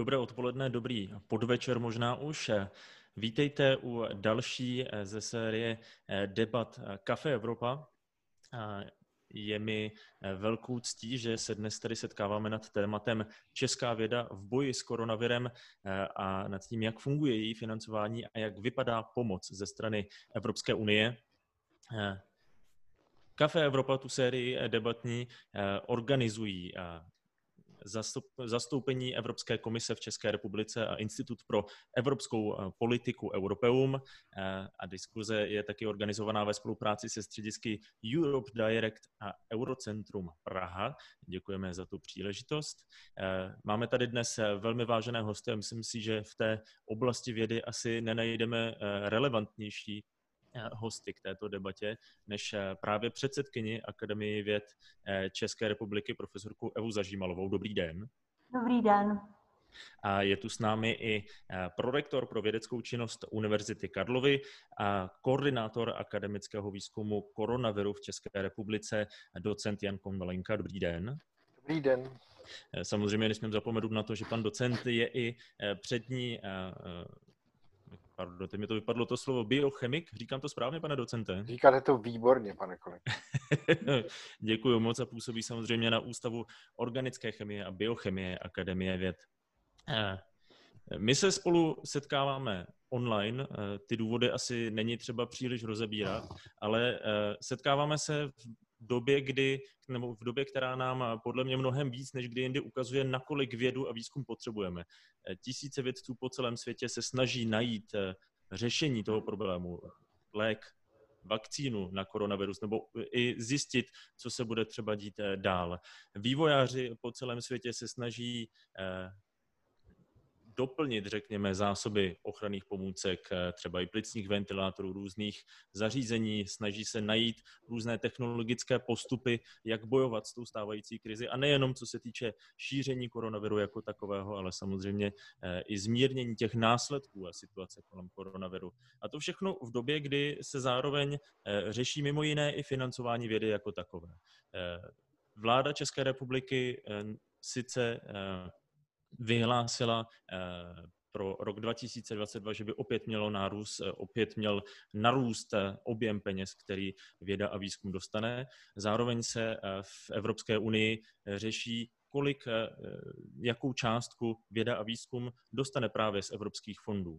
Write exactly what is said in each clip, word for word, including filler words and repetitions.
Dobré odpoledne, dobrý podvečer možná už. Vítejte u další ze série debat Café Evropa. Je mi velkou ctí, že se dnes tady setkáváme nad tématem Česká věda v boji s koronavirem a nad tím, jak funguje její financování a jak vypadá pomoc ze strany Evropské unie. Café Evropa tu sérii debatní organizují zastoupení Evropské komise v České republice a Institut pro evropskou politiku Europeum. A diskuze je taky organizovaná ve spolupráci se středisky Europe Direct a Eurocentrum Praha. Děkujeme za tu příležitost. Máme tady dnes velmi vážené hosty a myslím si, že v té oblasti vědy asi nenajdeme relevantnější hosty k této debatě, než právě předsedkyni Akademie věd České republiky, profesorku Evu Zažímalovou. Dobrý den. Dobrý den. A je tu s námi i prorektor pro vědeckou činnost Univerzity Karlovy a koordinátor akademického výzkumu koronaviru v České republice, docent Jan Konvalinka. Dobrý den. Dobrý den. Samozřejmě nesmím zapomenout na to, že pan docent je i přední Pardon, teď mi to vypadlo to slovo biochemik. Říkám to správně, pane docente? Říkáte to výborně, pane kolego. Děkuji moc a působí samozřejmě na Ústavu organické chemie a biochemie Akademie věd. My se spolu setkáváme online, ty důvody asi není třeba příliš rozebírat, ale setkáváme se v době, kdy, nebo v době, která nám podle mě mnohem víc než kdy jindy ukazuje, nakolik vědu a výzkum potřebujeme. Tisíce vědců po celém světě se snaží najít řešení toho problému, lék, vakcínu na koronavirus, nebo i zjistit, co se bude třeba dít dál. Vývojáři po celém světě se snaží doplnit, řekněme, zásoby ochranných pomůcek, třeba i plicních ventilátorů, různých zařízení, snaží se najít různé technologické postupy, jak bojovat s tou stávající krizi a nejenom co se týče šíření koronaviru jako takového, ale samozřejmě i zmírnění těch následků a situace kolem koronaviru. A to všechno v době, kdy se zároveň řeší mimo jiné i financování vědy jako takové. Vláda České republiky sice vyhlásila pro rok dva tisíce dvacet dva, že by opět mělo nárůst, opět měl narůst objem peněz, který věda a výzkum dostane. Zároveň se v Evropské unii řeší, kolik, jakou částku věda a výzkum dostane právě z evropských fondů.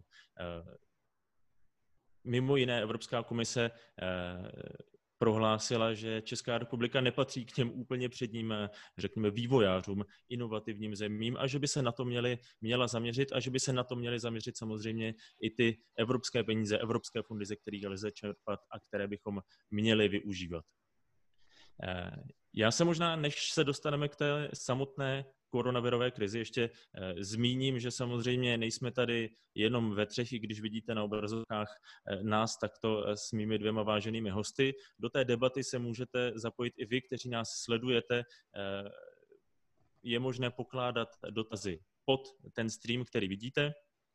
Mimo jiné Evropská komise prohlásila, že Česká republika nepatří k těm úplně předním, řekněme, vývojářům, inovativním zemím a že by se na to měli, měla zaměřit a že by se na to měly zaměřit samozřejmě i ty evropské peníze, evropské fondy, ze kterých lze čerpat a které bychom měli využívat. Já se možná, než se dostaneme k té samotné koronavirové krizi, ještě zmíním, že samozřejmě nejsme tady jenom ve třech, i když vidíte na obrazovkách nás takto s mými dvěma váženými hosty. Do té debaty se můžete zapojit i vy, kteří nás sledujete. Je možné pokládat dotazy pod ten stream, který vidíte.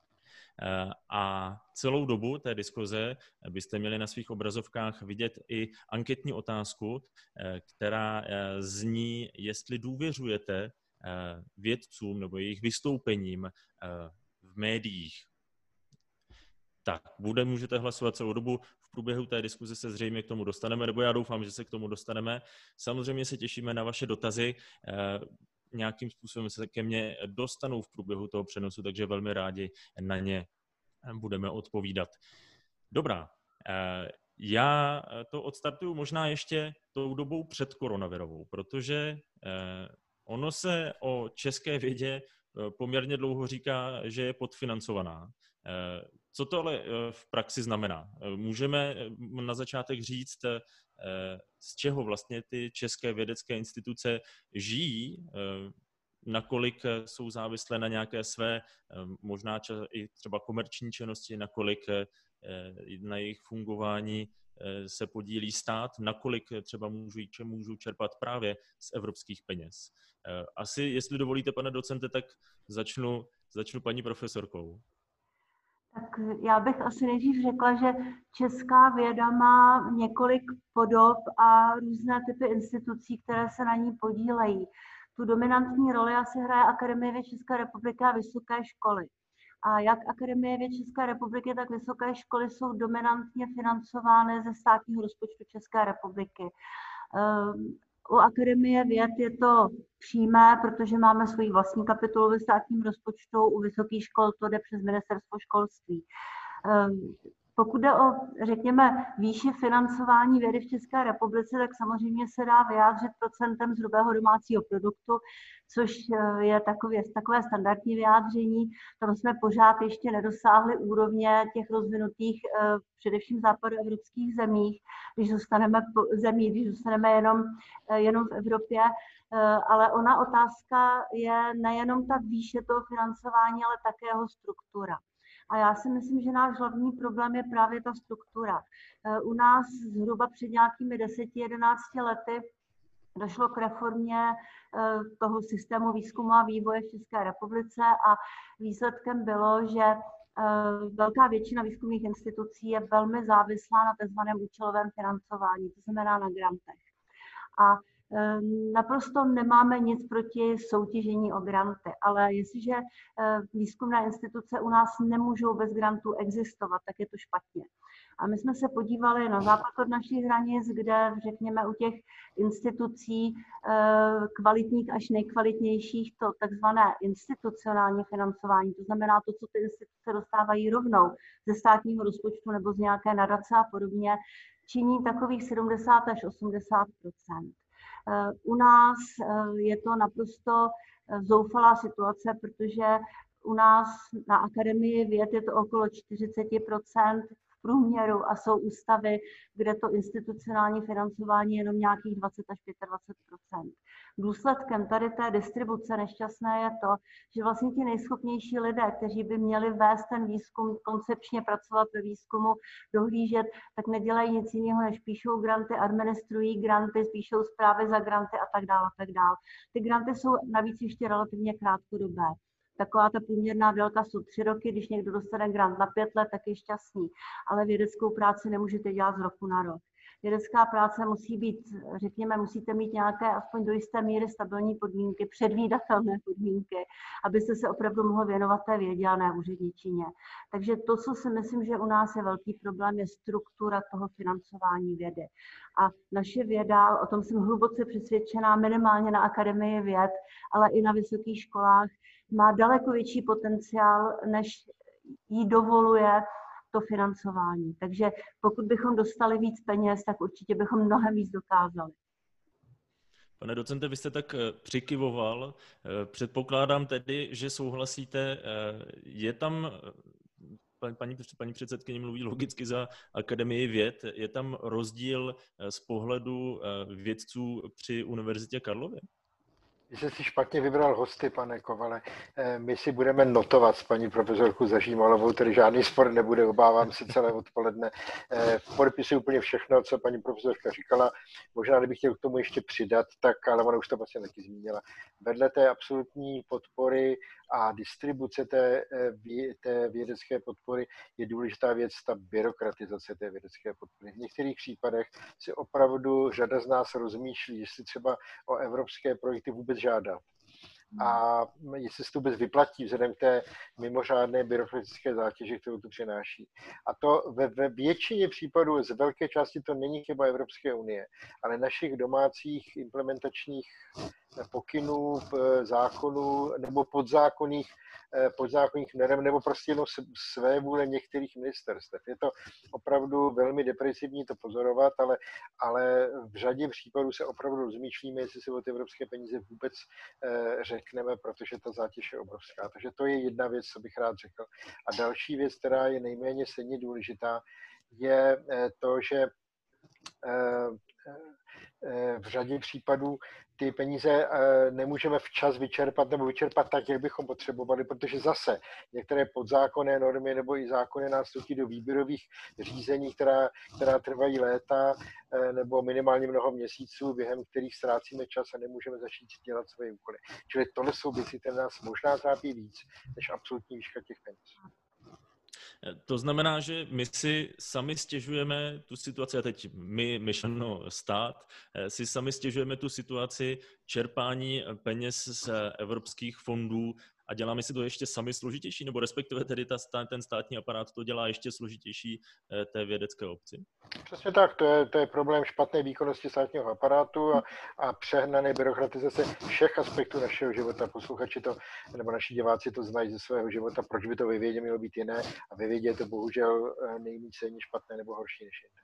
A celou dobu té diskuze byste měli na svých obrazovkách vidět i anketní otázku, která zní, jestli důvěřujete vědcům nebo jejich vystoupením v médiích. Tak, bude, můžete hlasovat celou dobu. V průběhu té diskuze se zřejmě k tomu dostaneme, nebo já doufám, že se k tomu dostaneme. Samozřejmě se těšíme na vaše dotazy. Nějakým způsobem se ke mně dostanou v průběhu toho přenosu, takže velmi rádi na ně budeme odpovídat. Dobrá. Já to odstartuju možná ještě tou dobou před koronavirovou, protože ono se o české vědě poměrně dlouho říká, že je podfinancovaná. Co to ale v praxi znamená? Můžeme na začátek říct, z čeho vlastně ty české vědecké instituce žijí, nakolik jsou závislé na nějaké své, možná i třeba komerční činnosti, nakolik na jejich fungování se podílí stát, nakolik třeba můžu, můžu čerpat právě z evropských peněz. Asi, jestli dovolíte, pane docente, tak začnu, začnu paní profesorkou. Tak já bych asi nejdřív řekla, že česká věda má několik podob a různé typy institucí, které se na ní podílejí. tu dominantní roli asi hraje Akademie věd České republiky a vysoké školy. A jak Akademie věd České republiky, tak vysoké školy jsou dominantně financovány ze státního rozpočtu České republiky. U Akademie věd je to přímé, protože máme svoji vlastní kapitolu ve státním rozpočtu, u vysokých škol to jde přes ministerstvo školství. Pokud jde o, řekněme, výši financování vědy v České republice, tak samozřejmě se dá vyjádřit procentem z hrubého domácího produktu, což je takové, takové standardní vyjádření. Tam jsme pořád ještě nedosáhli úrovně těch rozvinutých, především západoevropských zemích, když zůstaneme, zemí, když zůstaneme jenom, jenom v Evropě. Ale ona otázka je nejenom ta výše toho financování, ale také jeho struktura. A já si myslím, že náš hlavní problém je právě ta struktura. U nás zhruba před nějakými deseti jedenácti lety došlo k reformě toho systému výzkumu a vývoje v České republice a výsledkem bylo, že velká většina výzkumných institucí je velmi závislá na tzv. Účelovém financování, to znamená na grantech. A naprosto nemáme nic proti soutěžení o granty, ale jestliže výzkumné instituce u nás nemůžou bez grantů existovat, tak je to špatně. A my jsme se podívali na západ od našich hranic, kde, řekněme, u těch institucí kvalitních až nejkvalitnějších to takzvané institucionální financování, to znamená to, co ty instituce dostávají rovnou ze státního rozpočtu nebo z nějaké nadace a podobně, činí takových sedmdesát až osmdesát procent. U nás je to naprosto zoufalá situace, protože u nás na Akademii věd je to okolo čtyřicet procent v průměru a jsou ústavy, kde to institucionální financování je jenom nějakých dvacet až dvacet pět procent. Důsledkem tady té distribuce nešťastné je to, že vlastně ti nejschopnější lidé, kteří by měli vést ten výzkum, koncepčně pracovat ve výzkumu, dohlížet, tak nedělají nic jiného, než píšou granty, administrují granty, píšou zprávy za granty a tak dále, a tak dále. Ty granty jsou navíc ještě relativně krátkodobé. Taková ta průměrná délka jsou tři roky, když někdo dostane grant na pět let, tak je šťastný. Ale vědeckou práci nemůžete dělat z roku na rok. Vědecká práce musí být, řekněme, musíte mít nějaké aspoň do jisté míry stabilní podmínky, předvídatelné podmínky, abyste se opravdu mohl věnovat té vědě a ne úředničině. Takže to, co si myslím, že u nás je velký problém, je struktura toho financování vědy. A naše věda, o tom jsem hluboce přesvědčená, minimálně na Akademii věd, ale i na vysokých školách, má daleko větší potenciál, než jí dovoluje to financování. Takže pokud bychom dostali víc peněz, tak určitě bychom mnohem víc dokázali. Pane docente, vy jste tak přikyvoval. Předpokládám tedy, že souhlasíte. Je tam, paní, paní předsedkyně mluví logicky za Akademii věd, je tam rozdíl z pohledu vědců při Univerzitě Karlově? Vy jste si špatně vybral hosty, pane Kovale. My si budeme notovat s paní profesorku Zažímalovou, tedy žádný spor nebude, obávám se celé odpoledne. Podepisuji úplně všechno, co paní profesorka říkala. Možná, kdybych chtěl k tomu ještě přidat, tak, ale ona už to vlastně taky zmínila. Vedle té absolutní podpory a distribuce té, té vědecké podpory je důležitá věc ta byrokratizace té vědecké podpory. V některých případech si opravdu řada z nás rozmýšlí, jestli třeba o evropské projekty vůbec žádat. A jestli se to vůbec vyplatí vzhledem k té mimořádné byrokratické zátěži, kterou to přináší. A to ve, ve většině případů, z velké části to není chyba Evropské unie, ale našich domácích implementačních pokynů, zákonů nebo podzákonných, podzákonných norem nebo prostě jenom své vůle některých ministerstev. Je to opravdu velmi depresivní to pozorovat, ale, ale v řadě případů se opravdu rozmýšlíme, jestli si o ty evropské peníze vůbec řekneme, protože ta zátěž je obrovská. Takže to je jedna věc, co bych rád řekl. A další věc, která je nejméně stejně důležitá, je to, že v řadě případů ty peníze nemůžeme včas vyčerpat nebo vyčerpat tak, jak bychom potřebovali, protože zase některé podzákonné normy nebo i zákony nás nutí do výběrových řízení, která, která trvají léta nebo minimálně mnoho měsíců, během kterých ztrácíme čas a nemůžeme začít dělat své úkoly. Čili tohle jsou věci, které nás možná trápí víc než absolutní výška těch peněz. To znamená, že my si sami stěžujeme tu situaci, a teď my, myšleno stát, si sami stěžujeme tu situaci čerpání peněz z evropských fondů a děláme si to ještě sami složitější, nebo respektive tedy ta, ten státní aparát to dělá ještě složitější té vědecké obci? Přesně tak, to je, to je problém špatné výkonnosti státního aparátu a, a přehnané byrokratizace všech aspektů našeho života. Posluchači to, nebo naši diváci to znají ze svého života, proč by to ve vědě mělo být jiné a ve vědě je to bohužel nejvíce špatné nebo horší než jiné.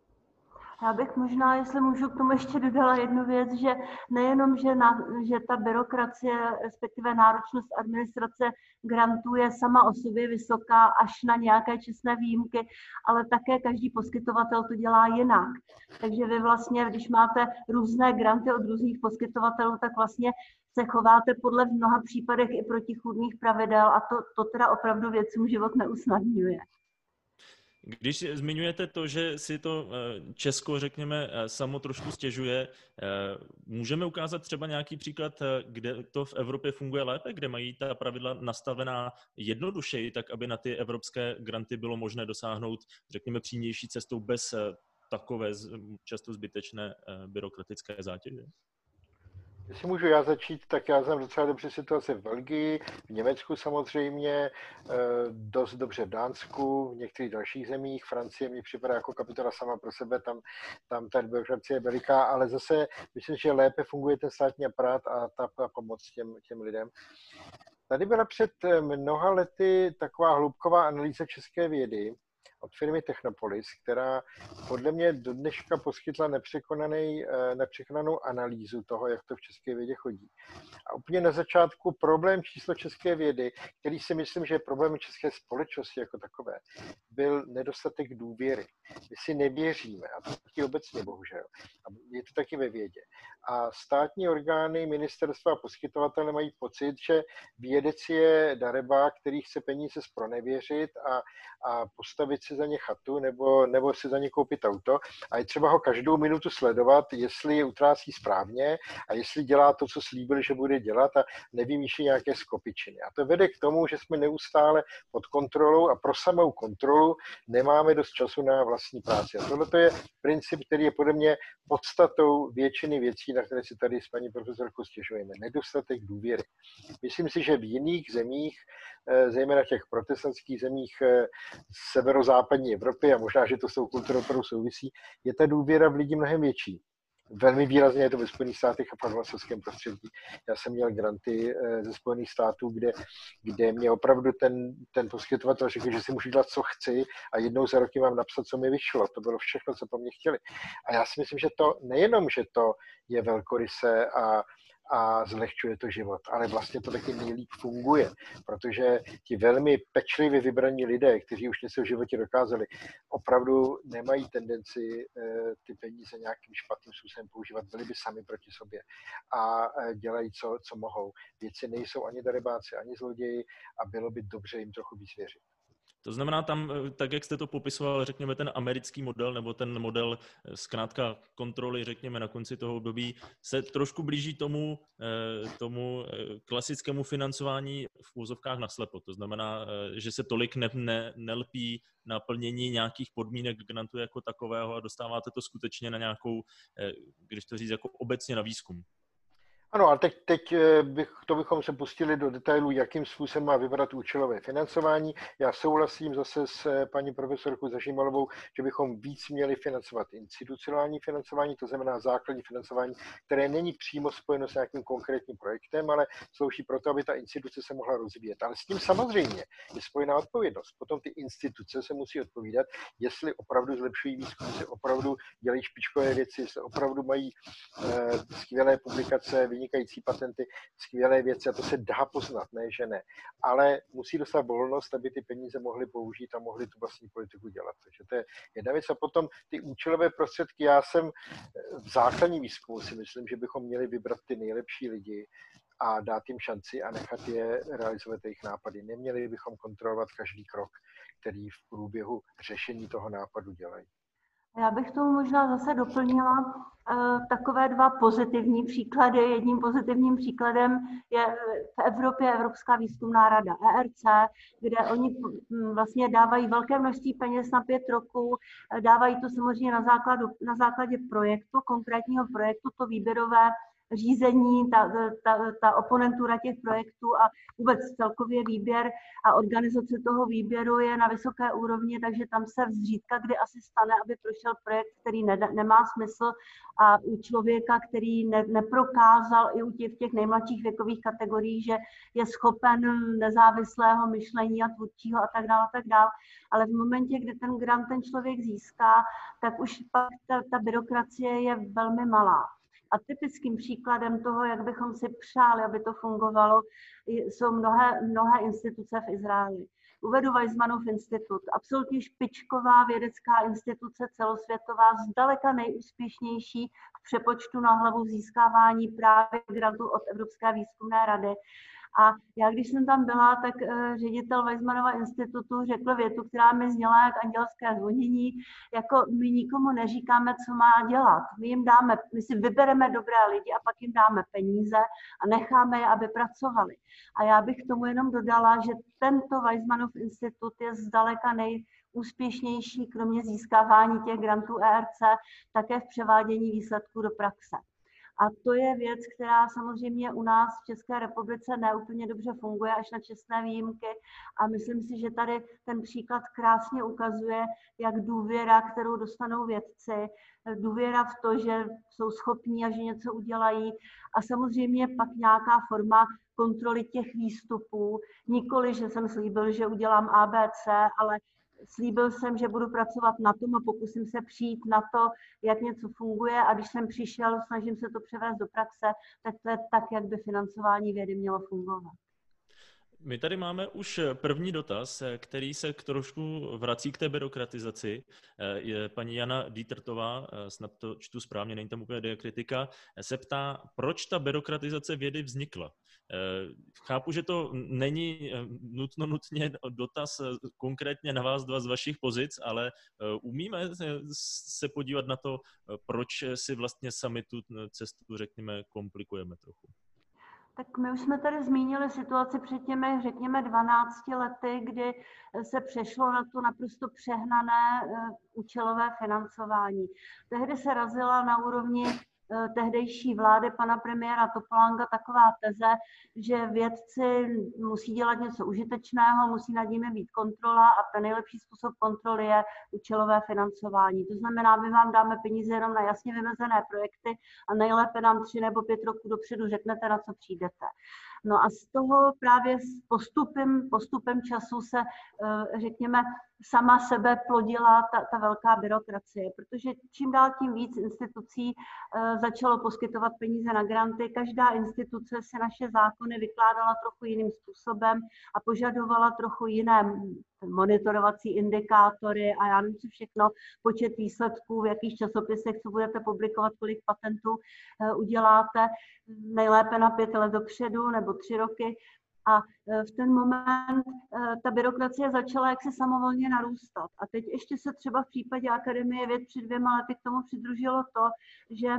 Já bych možná, jestli můžu k tomu ještě dodala jednu věc, že nejenom, že, na, že ta byrokracie, respektive náročnost administrace grantů je sama o sobě vysoká až na nějaké čestné výjimky, ale také každý poskytovatel to dělá jinak. Takže vy vlastně, když máte různé granty od různých poskytovatelů, tak vlastně se chováte podle v mnoha případech i protichůdných pravidel a to, to teda opravdu věcům život neusnadňuje. Když zmiňujete to, že si to Česko, řekněme, samo trošku stěžuje, můžeme ukázat třeba nějaký příklad, kde to v Evropě funguje lépe, kde mají ta pravidla nastavená jednodušeji, tak aby na ty evropské granty bylo možné dosáhnout, řekněme, přímější cestou bez takové často zbytečné byrokratické zátěže? Jestli můžu já začít, tak já znám docela dobře situaci v Belgii, v Německu samozřejmě, dost dobře v Dánsku, v některých dalších zemích. Francie mi připadá jako kapitola sama pro sebe, tam, tam ta byrokracie je veliká, ale zase myslím, že lépe funguje ten státní aparát a ta, ta pomoc těm, těm lidem. Tady byla před mnoha lety taková hloubková analýza české vědy od firmy Technopolis, která podle mě do dneška poskytla nepřekonanou analýzu toho, jak to v české vědě chodí. A úplně na začátku problém číslo české vědy, který si myslím, že je problém české společnosti jako takové, byl nedostatek důvěry. My si nevěříme, a to taky obecně bohužel. A je to taky ve vědě. A státní orgány, ministerstva a poskytovatele mají pocit, že vědec je darebák, který chce peníze zpronevěřit a, a postavit si za ně chatu nebo, nebo si za ně koupit auto a je třeba ho každou minutu sledovat, jestli je utrácí správně a jestli dělá to, co slíbil, že bude dělat a nevymýšlí nějaké skopičiny. A to vede k tomu, že jsme neustále pod kontrolou a pro samou kontrolu nemáme dost času na vlastní práci. A tohle je princip, který je podle mě podstatou většiny věcí, na které si tady s paní profesorkou stěžujeme. Nedostatek důvěry. Myslím si, že v jiných zemích, zejména těch protestantských zemích severozápadní Evropy, a možná, že to s tou kulturou opravdu souvisí, je ta důvěra v lidi mnohem větší. Velmi výrazně je to ve Spojených státech a podvlasovském prostředí. Já jsem měl granty ze Spojených států, kde, kde mě opravdu ten, ten poskytovatel řekl, že si můžu dělat, co chci a jednou za roky mám napsat, co mi vyšlo. To bylo všechno, co po mně chtěli. A já si myslím, že to nejenom, že to je velkoryse a a zlehčuje to život, ale vlastně to taky nejlíp funguje, protože ti velmi pečlivě vybraní lidé, kteří už něco v životě dokázali, opravdu nemají tendenci ty peníze nějakým špatným způsobem používat, byli by sami proti sobě a dělají, co, co mohou. Věci nejsou ani darebáci, ani zloději a bylo by dobře jim trochu víc věřit. To znamená tam, tak jak jste to popisoval, řekněme ten americký model nebo ten model zkrátka kontroly, řekněme na konci toho období, se trošku blíží tomu, tomu klasickému financování v úzovkách naslepo. To znamená, že se tolik ne, ne, nelpí na plnění nějakých podmínek grantu jako takového a dostáváte to skutečně na nějakou, když to říct, jako obecně na výzkum. Ano, a teď, teď bych, to bychom se pustili do detailů, jakým způsobem má vybrat účelové financování. Já souhlasím zase s paní profesorkou Zažímalovou, že bychom víc měli financovat institucionální financování, to znamená základní financování, které není přímo spojeno s nějakým konkrétním projektem, ale slouží proto, aby ta instituce se mohla rozvíjet. Ale s tím samozřejmě je spojená odpovědnost. Potom ty instituce se musí odpovídat, jestli opravdu zlepšují výzkum, jestli opravdu dělají špičkové věci, jestli opravdu mají eh, skvělé publikace, vynikající patenty, skvělé věci a to se dá poznat, ne, že ne. Ale musí dostat volnost, aby ty peníze mohly použít a mohly tu vlastní politiku dělat. Takže to je jedna věc. A potom ty účelové prostředky. Já jsem v základním výzkumu si myslím, že bychom měli vybrat ty nejlepší lidi a dát jim šanci a nechat je realizovat jejich nápady. Neměli bychom kontrolovat každý krok, který v průběhu řešení toho nápadu dělají. Já bych tomu možná zase doplnila uh, takové dva pozitivní příklady. Jedním pozitivním příkladem je v Evropě Evropská výzkumná rada E R C, kde oni vlastně dávají velké množství peněz na pět roků, dávají to samozřejmě na, základu, na základě projektu, konkrétního projektu, to výběrové řízení, ta, ta, ta oponentura těch projektů a vůbec celkově výběr a organizace toho výběru je na vysoké úrovni, takže tam se zřídka kdy asi stane, aby prošel projekt, který ne, nemá smysl a u člověka, který ne, neprokázal i u těch, v těch nejmladších věkových kategoriích, že je schopen nezávislého myšlení a tvůrčího a tak dále, a tak dále. Ale v momentě, kdy ten grant ten člověk získá, tak už pak ta, ta byrokracie je velmi malá. A typickým příkladem toho, jak bychom si přáli, aby to fungovalo, jsou mnohé, mnohé instituce v Izraeli. Uvedu Weizmannův institut, absolutně špičková vědecká instituce celosvětová, zdaleka nejúspěšnější v přepočtu na hlavu získávání právě grantů od Evropské výzkumné rady. A já, když jsem tam byla, tak uh, ředitel Weizmannova institutu řekl větu, která mi zněla jak andělské zvonění, jako my nikomu neříkáme, co má dělat. My jim dáme, my si vybereme dobré lidi a pak jim dáme peníze a necháme je, aby pracovali. A já bych k tomu jenom dodala, že tento Weizmannov institut je zdaleka nejúspěšnější, kromě získávání těch grantů E R C, také v převádění výsledků do praxe. A to je věc, která samozřejmě u nás v České republice neúplně dobře funguje, až na čestné výjimky. A myslím si, že tady ten příklad krásně ukazuje, jak důvěra, kterou dostanou vědci, důvěra v to, že jsou schopní a že něco udělají. A samozřejmě pak nějaká forma kontroly těch výstupů. Nikoli, že jsem slíbil, že udělám A B C, ale slíbil jsem, že budu pracovat na tom a pokusím se přijít na to, jak něco funguje a když jsem přišel, snažím se to převést do praxe, tak to je tak, jak by financování vědy mělo fungovat. My tady máme už první dotaz, který se trošku vrací k té byrokratizaci. Je paní Jana Dietertová, snad to čtu správně, není tam úplně diakritika, se ptá, proč ta byrokratizace vědy vznikla. Chápu, že to není nutno nutně dotaz konkrétně na vás dva z vašich pozic, ale umíme se podívat na to, proč si vlastně sami tu cestu, řekněme, komplikujeme trochu. Tak my už jsme tady zmínili situaci před těmi, řekněme, dvanácti lety, kdy se přešlo na to naprosto přehnané účelové financování. Tehdy se razila na úrovni tehdejší vlády pana premiéra Topolánka taková teze, že vědci musí dělat něco užitečného, musí nad nimi být kontrola a ten nejlepší způsob kontroly je účelové financování. To znamená, my vám dáme peníze jenom na jasně vymezené projekty a nejlépe nám tři nebo pět roků dopředu řeknete, na co přijdete. No a z toho právě s postupem, postupem času se, řekněme, sama sebe plodila ta, ta velká byrokracie, protože čím dál tím víc institucí začalo poskytovat peníze na granty. Každá instituce se naše zákony vykládala trochu jiným způsobem a požadovala trochu jiné monitorovací indikátory a já nevím, co všechno, počet výsledků, v jakých časopisech, co budete publikovat, kolik patentů uděláte, nejlépe na pět let dopředu nebo tři roky. A v ten moment ta byrokracie začala jaksi samovolně narůstat. A teď ještě se třeba v případě Akademie věd před dvěma lety k tomu přidružilo to, že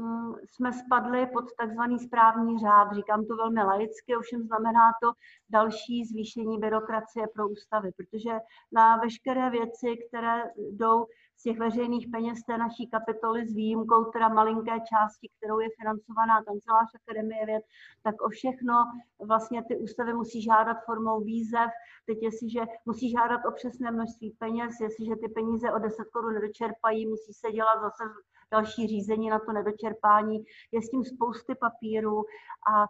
jsme spadli pod takzvaný správní řád. Říkám to velmi laicky, ovšem znamená to další zvýšení byrokracie pro ústavy, protože na veškeré věci, které jdou z těch veřejných peněz té naší kapitoly s výjimkou teda malinké části, kterou je financovaná kancelář Akademie věd, tak o všechno vlastně ty ústavy musí žádat formou výzev. Teď jestliže musí žádat o přesné množství peněz, jestliže ty peníze o deset korun nedočerpají, musí se dělat zase další řízení na to nedočerpání. Je s tím spousty papíru a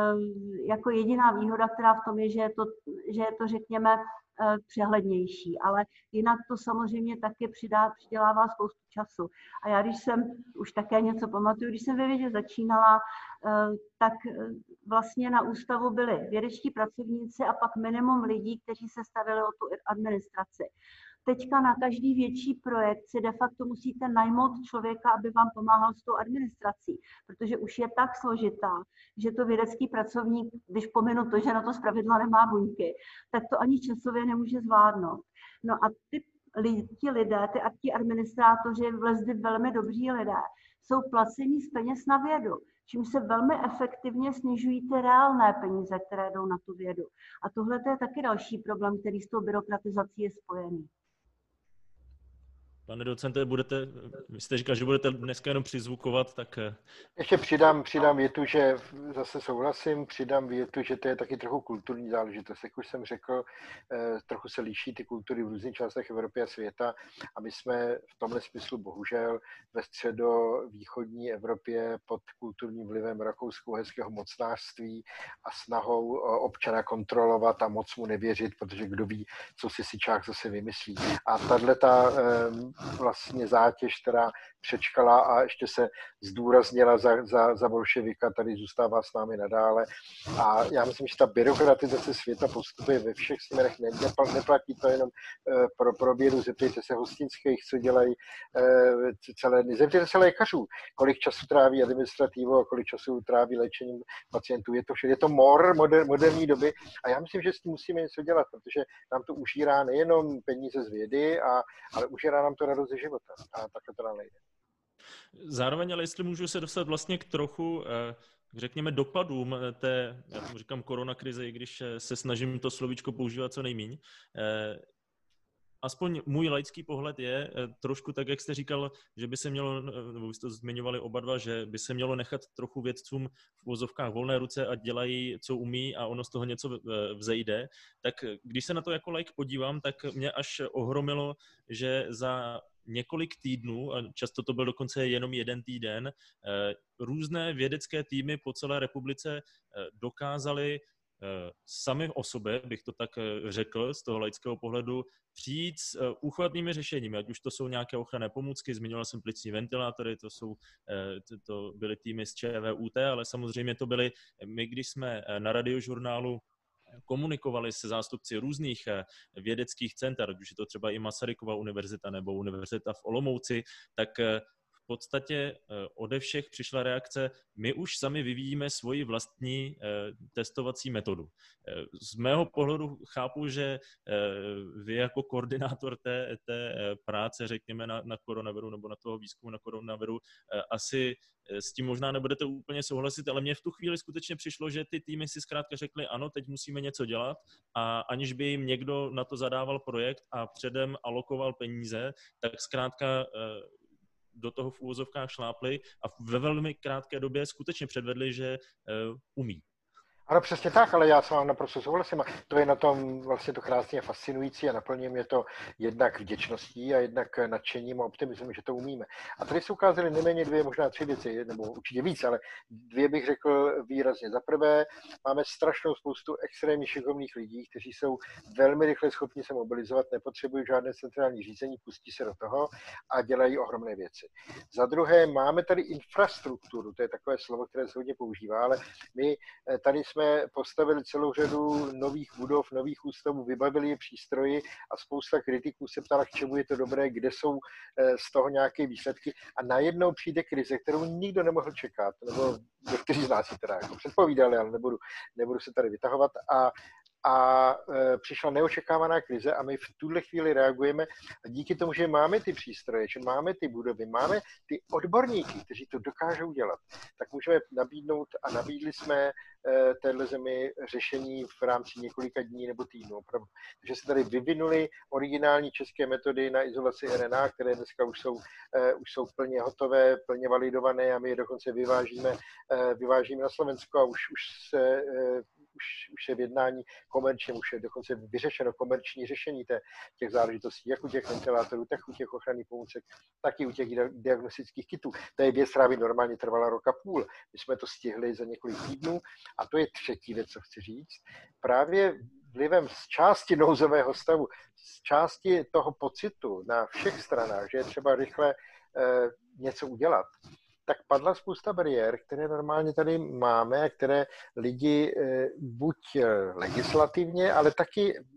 jako jediná výhoda, která v tom je, že je to, že je to řekněme, přehlednější, ale jinak to samozřejmě taky přidá, přidělává spoustu času. A já, když jsem, už také něco pamatuju, když jsem ve vědě začínala, tak vlastně na ústavu byli vědečtí pracovníci a pak minimum lidí, kteří se starali o tu administraci. Teďka na každý větší projekt si de facto musíte najmout člověka, aby vám pomáhal s tou administrací, protože už je tak složitá, že to vědecký pracovník, když pominu to, že na to zpravidla nemá buňky, tak to ani časově nemůže zvládnout. No a ty ti lidé, ty a ti administrátoři, vlezdy velmi dobří lidé, jsou placení z peněz na vědu, čímž se velmi efektivně snižují ty reálné peníze, které jdou na tu vědu. A tohle je taky další problém, který s tou byrokratizací je spojený. Pane docente, budete, vy jste říkal, že budete dneska jenom přizvukovat, tak... Ještě přidám, přidám větu, že zase souhlasím, přidám větu, že to je taky trochu kulturní záležitost. Jak už jsem řekl, trochu se liší ty kultury v různých částech Evropy a světa a my jsme v tomhle smyslu bohužel ve středovýchodní Evropě pod kulturním vlivem rakousko-uherského mocnářství a snahou občana kontrolovat a moc mu nevěřit, protože kdo ví, co si Sičák zase vymyslí. A tato vlastně zátěž, která přečkala a ještě se zdůraznila za, za, za bolševika, tady zůstává s námi nadále. A já myslím, že ta byrokratizace světa postupuje ve všech směrech. Neplatí to jenom pro, pro vědu. Zeptejte se hostinských, co dělají celé dny. Zeptejte se lékařů, kolik času tráví administrativou a kolik času tráví léčením pacientů. Je to vše, je to mor moder, moderní doby a já myslím, že s tím musíme něco dělat, protože nám to užírá nejenom peníze z vědy, a, ale užírá nám to radost ze života. A takhle to nám nejde. Zároveň, ale jestli můžu se dostat vlastně k trochu, řekněme, dopadům té, já tomu říkám koronakrize, i když se snažím to slovíčko používat co nejmíň, aspoň můj laický pohled je trošku tak, jak jste říkal, že by se mělo, nebo vy jste to zmiňovali oba dva, že by se mělo nechat trochu vědcům v uvozovkách volné ruce a dělají, co umí a ono z toho něco vzejde. Tak když se na to jako laik podívám, tak mě až ohromilo, že za několik týdnů, a často to byl dokonce jenom jeden týden, různé vědecké týmy po celé republice dokázaly sami o sobě, bych to tak řekl, z toho laického pohledu, přijít s úchvatnými řešeními, ať už to jsou nějaké ochranné pomůcky, zmiňoval jsem plicní ventilátory, to, jsou, to, to byly týmy z ČVUT, ale samozřejmě to byly, my když jsme na radiožurnálu komunikovali se zástupci různých vědeckých center, ať už je to třeba i Masarykova univerzita nebo univerzita v Olomouci, tak v podstatě ode všech přišla reakce, my už sami vyvíjíme svoji vlastní testovací metodu. Z mého pohledu chápu, že vy jako koordinátor té, té práce, řekněme, na, na koronaviru nebo na toho výzkumu na koronaviru, asi s tím možná nebudete úplně souhlasit, ale mně v tu chvíli skutečně přišlo, že ty týmy si zkrátka řekly, ano, teď musíme něco dělat a aniž by jim někdo na to zadával projekt a předem alokoval peníze, tak zkrátka do toho v úvozovkách šlápli a ve velmi krátké době skutečně předvedli, že uh, umí. Ano, přesně tak, ale já s vámi naprosto souhlasím. To je na tom vlastně to krásně fascinující a naplňuje mě to jednak vděčností a jednak nadšením a optimismem, že to umíme. A tady se ukázaly nejméně dvě, možná tři věci, nebo určitě víc, ale dvě bych řekl výrazně. Za prvé, máme strašnou spoustu extrémně šikovných lidí, kteří jsou velmi rychle schopni se mobilizovat, nepotřebují žádné centrální řízení, pustí se do toho a dělají ohromné věci. Za druhé, máme tady infrastrukturu, to je takové slovo, které se hodně používá, ale my tady jsme jsme postavili celou řadu nových budov, nových ústavů, vybavili je přístroji a spousta kritiků se ptala, k čemu je to dobré, kde jsou z toho nějaké výsledky a najednou přijde krize, kterou nikdo nemohl čekat, nebo někteří z nás si teda jako předpovídali, ale nebudu, nebudu se tady vytahovat a A e, přišla neočekávaná krize a my v tuhle chvíli reagujeme a díky tomu, že máme ty přístroje, že máme ty budovy, máme ty odborníky, kteří to dokážou dělat, tak můžeme nabídnout a nabídli jsme e, téhle zemi řešení v rámci několika dní nebo týdnů. Takže se tady vyvinuly originální české metody na izolaci R N A, které dneska už jsou, e, už jsou plně hotové, plně validované a my je dokonce vyvážíme, e, vyvážíme na Slovensko a už, už se e, Už, už je v jednání komerčně, už je dokonce vyřešeno komerční řešení té, těch záležitostí, jak u těch ventilátorů, tak u těch ochranných pomůcek, tak i u těch diagnostických kitů. To je věc, která by normálně trvala rok a půl. My jsme to stihli za několik týdnů a to je třetí věc, co chci říct. Právě vlivem z části nouzového stavu, z části toho pocitu na všech stranách, že je třeba rychle eh, něco udělat, tak padla spousta bariér, které normálně tady máme a které lidi buď legislativně, ale taky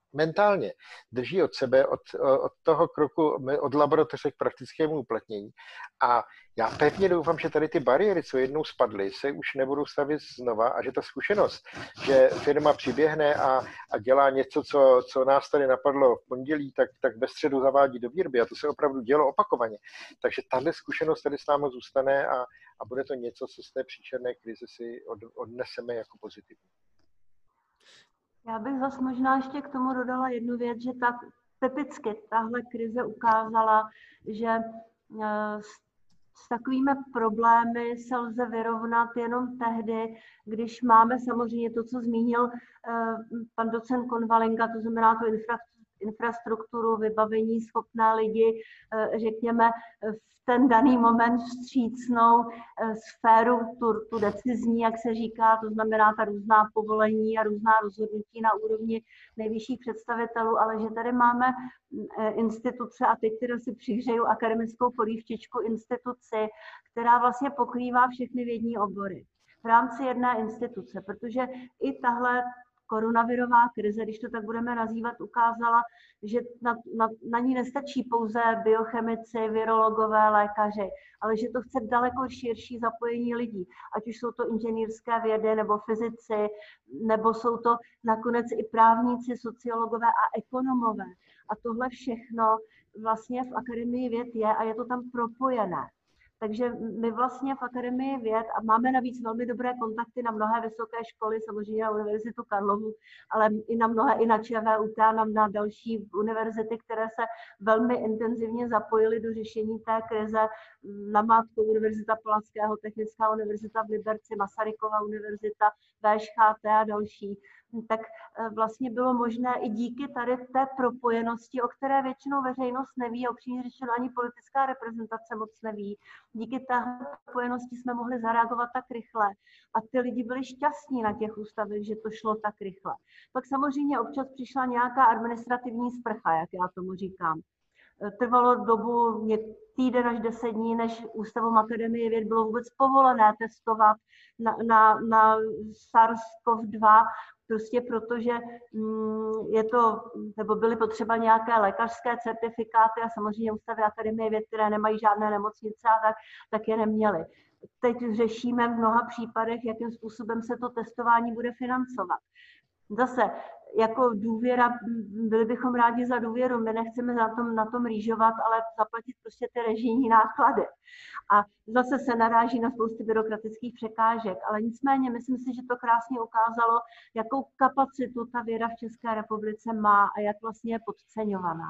mentálně drží od sebe, od, od toho kroku, od laboratoře k praktickému uplatnění. A já pevně doufám, že tady ty bariéry, co jednou spadly, se už nebudou stavět znova a že ta zkušenost, že firma přiběhne a, a dělá něco, co, co nás tady napadlo v pondělí, tak, tak ve středu zavádí do výroby a to se opravdu dělo opakovaně. Takže tahle zkušenost tady s námi zůstane a, a bude to něco, co z té příšerné krize si od, odneseme jako pozitivní. Já bych zase možná ještě k tomu dodala jednu věc, že tak typicky tahle krize ukázala, že s takovými problémy se lze vyrovnat jenom tehdy, když máme samozřejmě to, co zmínil pan docent Konvalinka, to znamená tu infrastrukturu, vybavení, schopné lidi, řekněme, v ten daný moment vstřícnou sféru, tu, tu decizní, jak se říká, to znamená ta různá povolení a různá rozhodnutí na úrovni nejvyšších představitelů, ale že tady máme instituce, a teď teda si přihřeju akademickou polívčičku, instituci, která vlastně pokrývá všechny vědní obory v rámci jedné instituce, protože i tahle koronavirová krize, když to tak budeme nazývat, ukázala, že na, na, na ní nestačí pouze biochemici, virologové, lékaři, ale že to chce daleko širší zapojení lidí, ať už jsou to inženýrské vědy nebo fyzici, nebo jsou to nakonec i právníci, sociologové a ekonomové. A tohle všechno vlastně v Akademii věd je a je to tam propojené. Takže my vlastně v Akademii věd a máme navíc velmi dobré kontakty na mnohé vysoké školy, samozřejmě na Univerzitu Karlovu, ale i na mnohé, i na ČVUT, na, na další univerzity, které se velmi intenzivně zapojily do řešení té krize. Namátkou Univerzita Palackého, Technická univerzita v Liberci, Masarykova univerzita, V Š H T a další. Tak vlastně bylo možné i díky tady té propojenosti, o které většinou veřejnost neví, a upřímně řečeno ani politická reprezentace moc neví. Díky té propojenosti jsme mohli zareagovat tak rychle a ty lidi byli šťastní na těch ústavech, že to šlo tak rychle. Pak samozřejmě občas přišla nějaká administrativní sprcha, jak já tomu říkám. Trvalo dobu týden až deset dní, než Ústavem Akademie věd bylo vůbec povolené testovat na, na, na SARS-CoV dva, prostě protože je to, nebo byly potřeba nějaké lékařské certifikáty a samozřejmě ústavy Akademie věd, které nemají žádné nemocnice a tak, tak je neměly. Teď řešíme v mnoha případech, jakým způsobem se to testování bude financovat. Zase, jako důvěra, byli bychom rádi za důvěru, my nechceme na tom, na tom rýžovat, ale zaplatit prostě ty režijní náklady. A zase se naráží na spousty byrokratických překážek, ale nicméně myslím si, že to krásně ukázalo, jakou kapacitu ta věda v České republice má a jak vlastně je podceňovaná.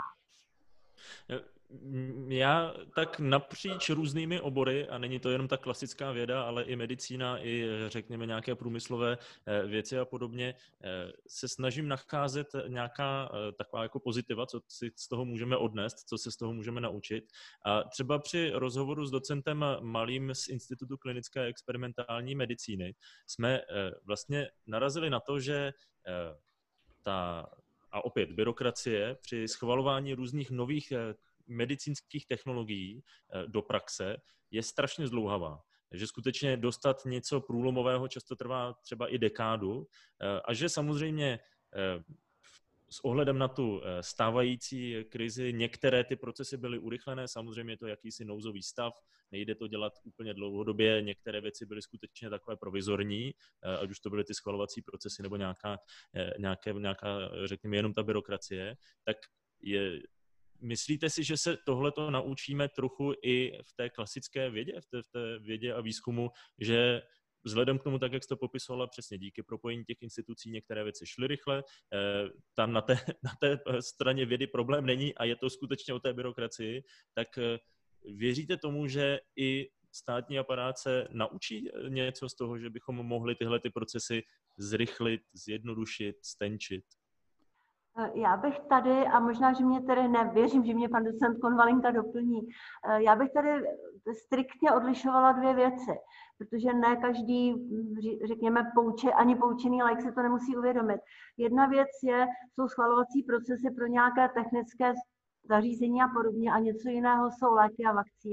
Já tak napříč různými obory, a není to jenom ta klasická věda, ale i medicína, i řekněme nějaké průmyslové věci a podobně, se snažím nacházet nějaká taková jako pozitiva, co si z toho můžeme odnést, co se z toho můžeme naučit. A třeba při rozhovoru s docentem Malým z Institutu klinické experimentální medicíny jsme vlastně narazili na to, že ta, a opět byrokracie při schvalování různých nových medicínských technologií do praxe je strašně zdlouhavá. Že skutečně dostat něco průlomového často trvá třeba i dekádu a že samozřejmě s ohledem na tu stávající krizi některé ty procesy byly urychlené, samozřejmě je to jakýsi nouzový stav, nejde to dělat úplně dlouhodobě, některé věci byly skutečně takové provizorní, ať už to byly ty schvalovací procesy nebo nějaká, nějaké, nějaká řekněme, jenom ta byrokracie, tak je myslíte si, že se tohleto naučíme trochu i v té klasické vědě, v té, v té vědě a výzkumu, že vzhledem k tomu, tak jak jste popisovala, přesně díky propojení těch institucí některé věci šly rychle, tam na té, na té straně vědy problém není a je to skutečně o té byrokracii, tak věříte tomu, že i státní aparát se naučí něco z toho, že bychom mohli tyhle ty procesy zrychlit, zjednodušit, stenčit? Já bych tady, a možná, že mě tedy nevěřím, že mě pan docent Konvalinka doplní, já bych tady striktně odlišovala dvě věci, protože ne každý, řekněme, pouče, ani poučený laik si to nemusí uvědomit. Jedna věc je, jsou schvalovací procesy pro nějaké technické zařízení a podobně a něco jiného jsou léky a vakcíny.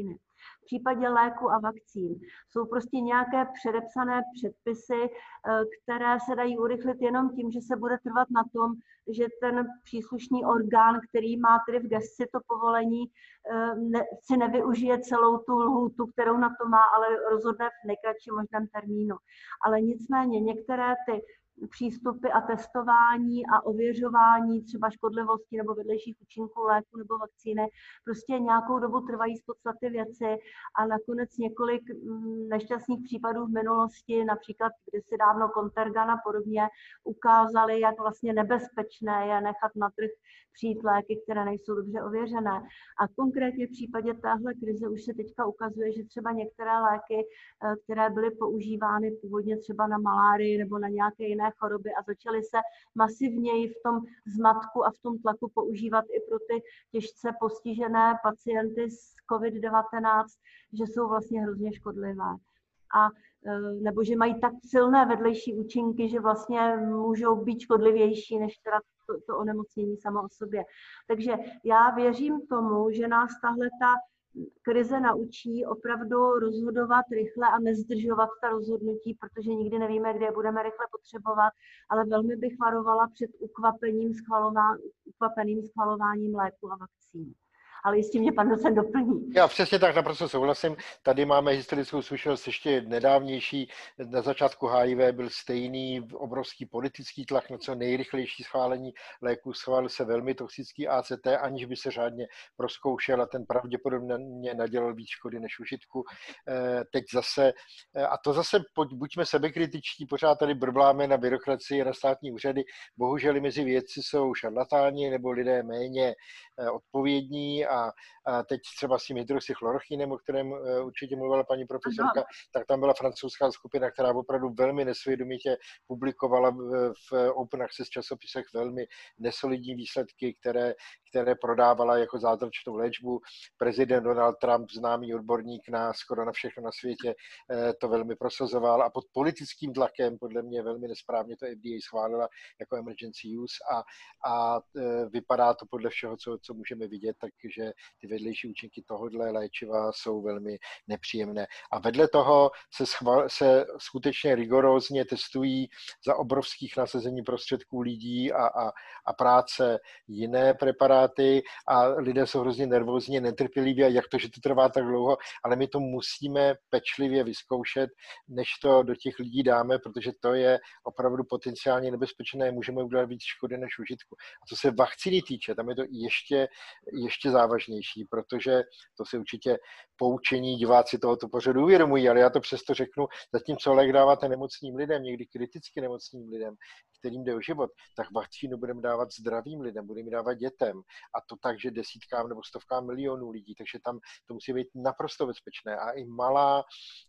V případě léku a vakcín jsou prostě nějaké předepsané předpisy, které se dají urychlit jenom tím, že se bude trvat na tom, že ten příslušný orgán, který má tedy v gesci to povolení, ne, si nevyužije celou tu lhůtu, kterou na to má, ale rozhodne v nejkratším možném termínu. Ale nicméně některé ty přístupy a testování a ověřování třeba škodlivosti nebo vedlejších účinků léku nebo vakcíny prostě nějakou dobu trvají z podstaty věci a nakonec několik nešťastných případů v minulosti, například kdysi dávno Contergan a podobně, ukázali, jak vlastně nebezpečné je nechat na trh přijít léky, které nejsou dobře ověřené. A konkrétně v případě téhle krize už se teďka ukazuje, že třeba některé léky, které byly používány původně třeba na malárii nebo na nějaké jiné choroby a začaly se masivněji v tom zmatku a v tom tlaku používat i pro ty těžce postižené pacienty s covid devatenáct, že jsou vlastně hrozně škodlivé. A nebo že mají tak silné vedlejší účinky, že vlastně můžou být škodlivější než teda to, to onemocnění samo o sobě. Takže já věřím tomu, že nás tahle ta krize naučí opravdu rozhodovat rychle a nezdržovat ta rozhodnutí, protože nikdy nevíme, kde je budeme rychle potřebovat, ale velmi bych varovala před ukvapením schvalová, ukvapeným schvalováním léku a vakcín. Ale jistě mě pan docent doplní. Já přesně tak naprosto souhlasím. Tady máme historickou zkušenost ještě nedávnější. Na začátku H I V byl stejný obrovský politický tlak na co nejrychlejší schválení léku. Schválil se velmi toxický A C T, aniž by se řádně prozkoušel a ten pravděpodobně nadělal víc škody než užitku. Teď zase, a to zase buďme sebekritičtí, pořád tady brbláme na byrokracii, na státní úřady. Bohužel mezi vědci jsou šarlatáni nebo lidé méně odpovědní a A teď třeba s tím hydroxychlorochinem, o kterém určitě mluvila paní profesorka, tak tam byla francouzská skupina, která opravdu velmi nesvědomitě publikovala v open access časopisech velmi nesolidní výsledky, které, které prodávala jako zázračnou léčbu. Prezident Donald Trump, známý odborník na skoro na všechno na světě, to velmi prosazoval a pod politickým tlakem, podle mě velmi nesprávně to F D A schválila jako emergency use a, a vypadá to podle všeho, co, co můžeme vidět, takže ty vedlejší účinky tohohle léčiva jsou velmi nepříjemné. A vedle toho se, schval, se skutečně rigorózně testují za obrovských nasazení prostředků lidí a, a, a práce jiné preparáty a lidé jsou hrozně nervózní, netrpěliví a jak to, že to trvá tak dlouho, ale my to musíme pečlivě vyzkoušet, než to do těch lidí dáme, protože to je opravdu potenciálně nebezpečné, můžeme udělat víc škody než užitku. A co se vakcíny týče, tam je to ještě, ještě závažnější, protože to si určitě poučení diváci tohoto pořadu uvědomují, ale já to přesto řeknu, zatímco lék dáváte nemocným lidem, někdy kriticky nemocným lidem, kterým jde o život, tak vakcínu budeme dávat zdravým lidem, budeme dávat dětem a to tak, že desítkám nebo stovkám milionů lidí, takže tam to musí být naprosto bezpečné a i malá,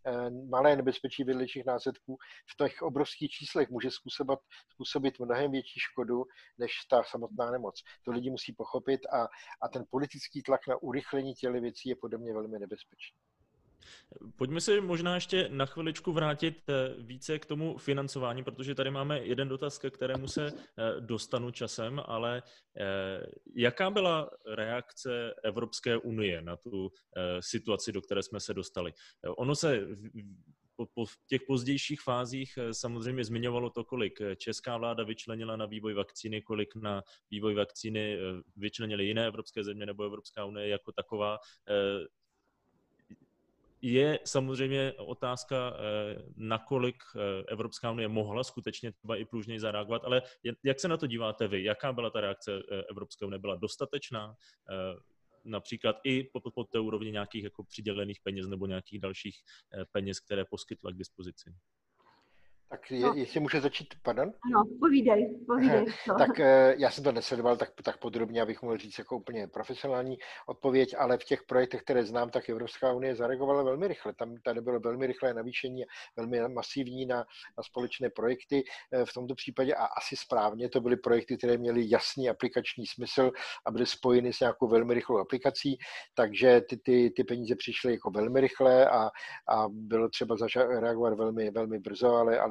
malé nebezpečí vedlejších následků v těch obrovských číslech může způsobit, způsobit mnohem větší škodu než ta samotná nemoc. To lidi musí pochopit a, a ten politický tlak na urychlení těchto věcí je podle mě velmi nebezpečný. Pojďme se možná ještě na chviličku vrátit více k tomu financování, protože tady máme jeden dotaz, ke kterému se dostanu časem, ale jaká byla reakce Evropské unie na tu situaci, do které jsme se dostali? Ono se po těch pozdějších fázích samozřejmě zmiňovalo to, kolik česká vláda vyčlenila na vývoj vakcíny, kolik na vývoj vakcíny vyčlenily jiné evropské země nebo Evropská unie jako taková. Je samozřejmě otázka, nakolik Evropská unie mohla skutečně třeba i pružněji zareagovat, ale jak se na to díváte vy? Jaká byla ta reakce Evropské unie? Byla dostatečná? Například i po, po té úrovni nějakých jako přidělených peněz nebo nějakých dalších peněz, které poskytla k dispozici? Tak je, no. Jestli může začít, pardon? Ano, povídej, povídej. Tak já jsem to nesledoval tak, tak podrobně, abych mohl říct jako úplně profesionální odpověď, ale v těch projektech, které znám, tak Evropská unie zareagovala velmi rychle. Tam tady bylo velmi rychlé navýšení, velmi masivní na, na společné projekty. V tomto případě a asi správně to byly projekty, které měly jasný aplikační smysl a byly spojeny s nějakou velmi rychlou aplikací, takže ty, ty, ty peníze přišly jako velmi rychle a, a bylo třeba zareagovat velmi, velmi brzo, ale, ale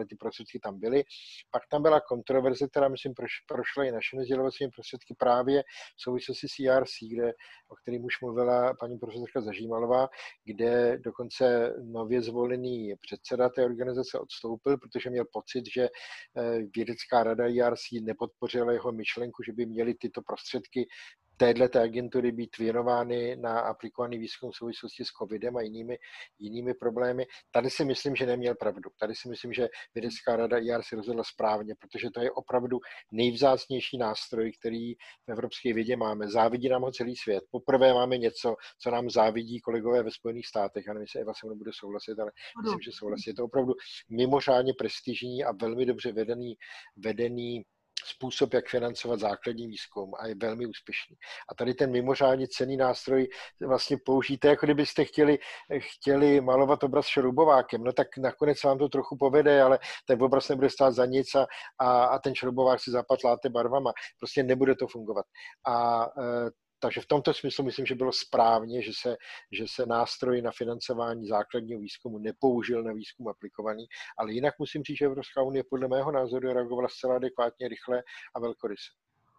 ty prostředky tam byly. Pak tam byla kontroverze, která myslím prošla i našimi sdělovacími prostředky právě v souvislosti s E R C, kde, o kterým už mluvila paní profesorka Zažímalová, kde dokonce nově zvolený předseda té organizace odstoupil, protože měl pocit, že vědecká rada E R C nepodpořila jeho myšlenku, že by měly tyto prostředky téhleté agentury být věnovány na aplikovaný výzkum v souvislosti s covidem a jinými, jinými problémy. Tady si myslím, že neměl pravdu. Tady si myslím, že vědecká rada E R C rozhodla správně, protože to je opravdu nejvzácnější nástroj, který v evropské vědě máme. Závidí nám ho celý svět. Poprvé máme něco, co nám závidí kolegové ve Spojených státech. Já nevím, jestli Eva se mnou bude souhlasit, ale myslím, že souhlasí. Je to opravdu mimořádně prestižní a velmi dobře vedený, vedený způsob, jak financovat základní výzkum a je velmi úspěšný. A tady ten mimořádně cenný nástroj vlastně použijte, jako kdybyste chtěli, chtěli malovat obraz šroubovákem, no tak nakonec vám to trochu povede, ale ten obraz nebude stát za nic a, a, a ten šroubovák si zapatláte barvama. Prostě nebude to fungovat. A e, Takže v tomto smyslu myslím, že bylo správně, že se, že se nástroj na financování základního výzkumu nepoužil na výzkum aplikovaný, ale jinak musím říct, že Evropská unie podle mého názoru reagovala zcela adekvátně, rychle a velkoryse.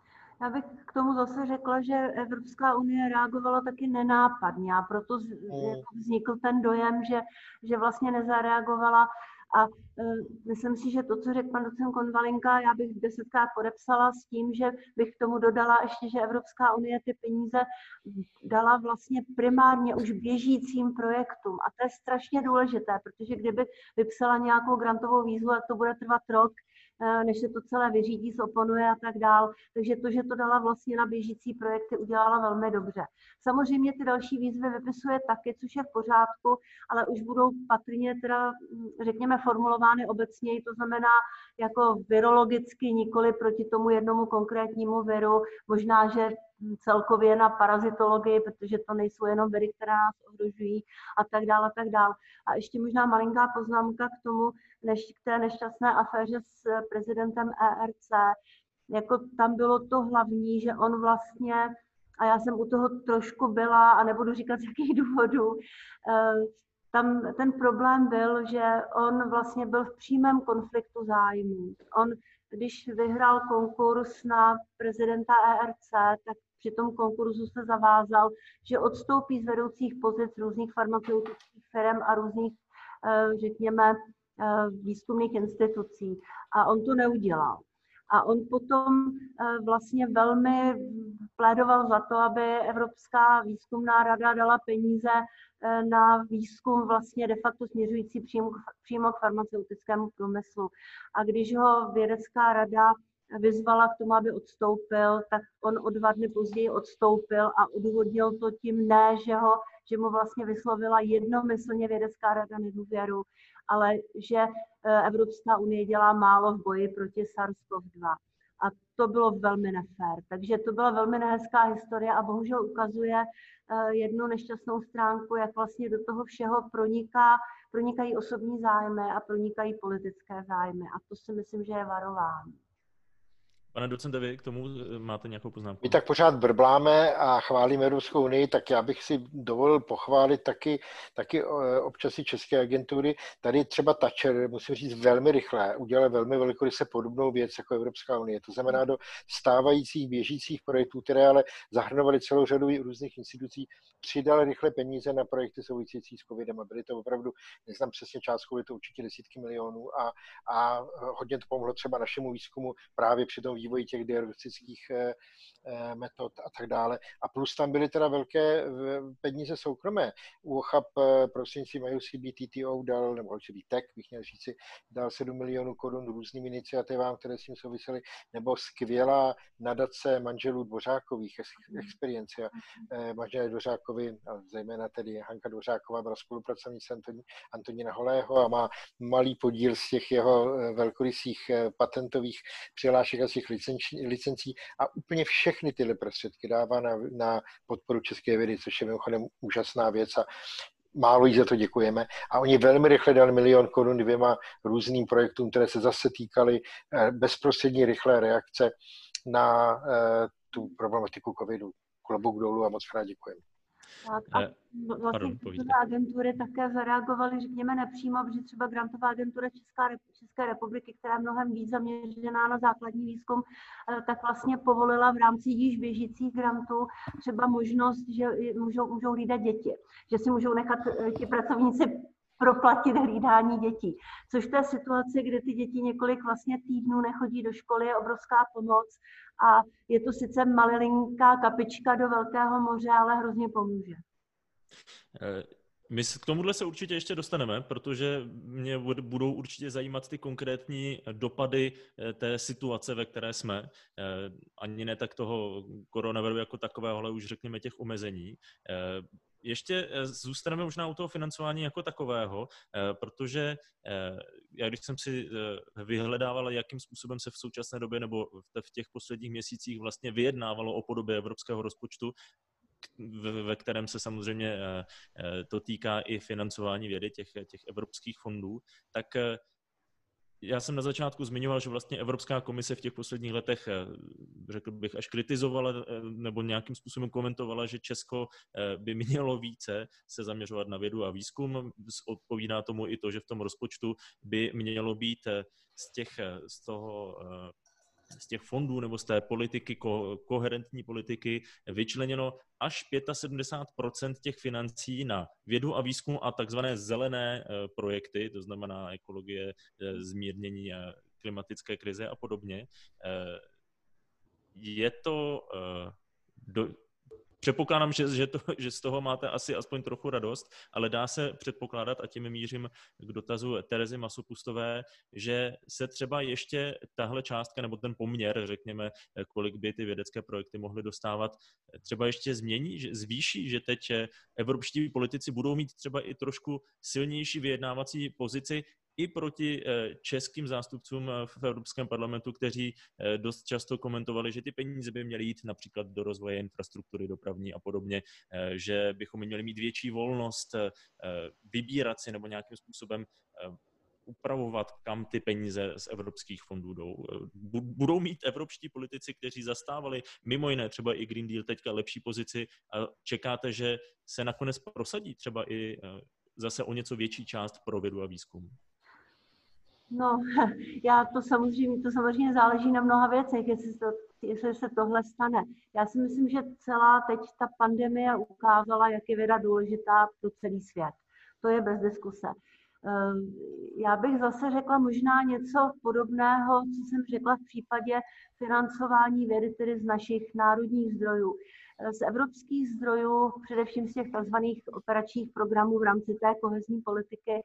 Já bych k tomu zase řekla, že Evropská unie reagovala taky nenápadně a proto vznikl ten dojem, že, že vlastně nezareagovala. A uh, myslím si, že to, co řekl pan docent Konvalinka, já bych desetkrát podepsala s tím, že bych k tomu dodala ještě, že Evropská unie ty peníze dala vlastně primárně už běžícím projektům. A to je strašně důležité, protože kdyby vypsala nějakou grantovou výzvu, tak to bude trvat rok, než se to celé vyřídí, zoponuje a tak dál. Takže to, že to dala vlastně na běžící projekty, udělala velmi dobře. Samozřejmě ty další výzvy vypisuje taky, což je v pořádku, ale už budou patrně teda, řekněme, formulovány obecněji, to znamená jako virologicky, nikoli proti tomu jednomu konkrétnímu viru, možná, že celkově na parazitologii, protože to nejsou jenom viry, které nás ohrožují a tak dále a tak dále. A ještě možná malinká poznámka k tomu, než k té nešťastné aféře s prezidentem E R C. Jako tam bylo to hlavní, že on vlastně, a já jsem u toho trošku byla a nebudu říkat z jakých důvodů, tam ten problém byl, že on vlastně byl v přímém konfliktu zájmů. On, když vyhrál konkurs na prezidenta E R C, tak při tom konkurzu se zavázal, že odstoupí z vedoucích pozic různých farmaceutických firm a různých, řekněme, výzkumných institucí. A on to neudělal. A on potom vlastně velmi plédoval za to, aby Evropská výzkumná rada dala peníze na výzkum vlastně de facto směřující přímo, přímo k farmaceutickému průmyslu. A když ho vědecká rada vyzvala k tomu, aby odstoupil, tak on o dva dny později odstoupil a odůvodnil to tím ne, že, ho, že mu vlastně vyslovila jednomyslně vědecká rada nedůvěru, ale že Evropská unie dělá málo v boji proti SARS-CoV dva. A to bylo velmi nefér. Takže to byla velmi nehezká historie a bohužel ukazuje jednu nešťastnou stránku, jak vlastně do toho všeho proniká, pronikají osobní zájmy a pronikají politické zájmy. A to si myslím, že je varování. Pane docente, vy k tomu máte nějakou poznámku? My tak pořád brbláme a chválíme Evropskou unii, tak já bych si dovolil pochválit taky, taky občas i české agentury. Tady třeba Thatcher, musím říct velmi rychle, udělala velmi velkoryse podobnou věc jako Evropská unie. To znamená do stávajících běžících projektů, které ale zahrnovaly celou řadu různých institucí, přidal rychle peníze na projekty související s covidem a byly to opravdu, neznám přesně částku, je to určitě desítky milionů a, a hodně to pomohlo třeba našemu výzkumu právě při tom vývoji těch diagnostických metod a tak dále. A plus tam byly teda velké peníze soukromé. U O C H A P prostřednictvím I U C B T T O dal, nebo I U C B Tech, bych měl říci, dal sedm milionů korun různým iniciativám, které s tím souvisely, nebo skvělá nadace manželů Dvořákových, Experience. Manželé Dvořákovi, zejména tedy Hanka Dvořáková, byla spolupracovnice Antoní, Antonína Holého a má malý podíl z těch jeho velkorysých patentových přihlášek a z těch licencí a úplně všechny tyhle prostředky dává na, na podporu české vědy, což je mimochodem úžasná věc a málo jí za to děkujeme. A oni velmi rychle dali milion korun dvěma různým projektům, které se zase týkaly bezprostřední rychlé reakce na tu problematiku covidu. Klobouk dolů a moc krát děkujeme. Tak a vlastně grantové agentury také zareagovaly, řekněme, nepřímo, protože třeba grantová agentura Česká, České republiky, která je mnohem víc zaměřená na základní výzkum, tak vlastně povolila v rámci již běžících grantů třeba možnost, že můžou, můžou hlídat děti, že si můžou nechat ti pracovníci proplatit hlídání dětí. Což v té situaci, kdy ty děti několik vlastně týdnů nechodí do školy, je obrovská pomoc a je to sice malilinká kapička do velkého moře, ale hrozně pomůže. My k tomuhle se určitě ještě dostaneme, protože mě budou určitě zajímat ty konkrétní dopady té situace, ve které jsme. Ani ne tak toho koronaviru jako takového, ale už řekněme těch omezení. Ještě zůstaneme možná u toho financování jako takového, protože já když jsem si vyhledával, jakým způsobem se v současné době nebo v těch posledních měsících vlastně vyjednávalo o podobě evropského rozpočtu, ve kterém se samozřejmě to týká i financování vědy, těch, těch evropských fondů, tak já jsem na začátku zmiňoval, že vlastně Evropská komise v těch posledních letech, řekl bych, až kritizovala nebo nějakým způsobem komentovala, že Česko by mělo více se zaměřovat na vědu a výzkum. Odpovídá tomu i to, že v tom rozpočtu by mělo být z těch, z toho z těch fondů nebo z té politiky, ko, koherentní politiky vyčleněno až sedmdesát pět procent těch financí na vědu a výzkum a takzvané zelené projekty, to znamená ekologie, zmírnění klimatické krize a podobně. Je to do, Předpokládám, že, že, to, že z toho máte asi aspoň trochu radost, ale dá se předpokládat, a tím mířím k dotazu Terezy Masopustové, že se třeba ještě tahle částka nebo ten poměr, řekněme, kolik by ty vědecké projekty mohly dostávat, třeba ještě změní, že zvýší, že teď evropští politici budou mít třeba i trošku silnější vyjednávací pozici i proti českým zástupcům v Evropském parlamentu, kteří dost často komentovali, že ty peníze by měly jít například do rozvoje infrastruktury dopravní a podobně, že bychom měli mít větší volnost vybírat si nebo nějakým způsobem upravovat, kam ty peníze z evropských fondů jdou. Budou mít evropští politici, kteří zastávali mimo jiné třeba i Green Deal teďka lepší pozici a čekáte, že se nakonec prosadí třeba i zase o něco větší část pro vědu a výzkum? No, já to samozřejmě, to samozřejmě záleží na mnoha věcech, jestli se, jestli se tohle stane. Já si myslím, že celá teď ta pandemie ukázala, jak je věda důležitá pro celý svět. To je bez diskuse. Já bych zase řekla možná něco podobného, co jsem řekla v případě financování vědy, tedy z našich národních zdrojů. Z evropských zdrojů, především z těch tzv. Operačních programů v rámci té kohezní politiky,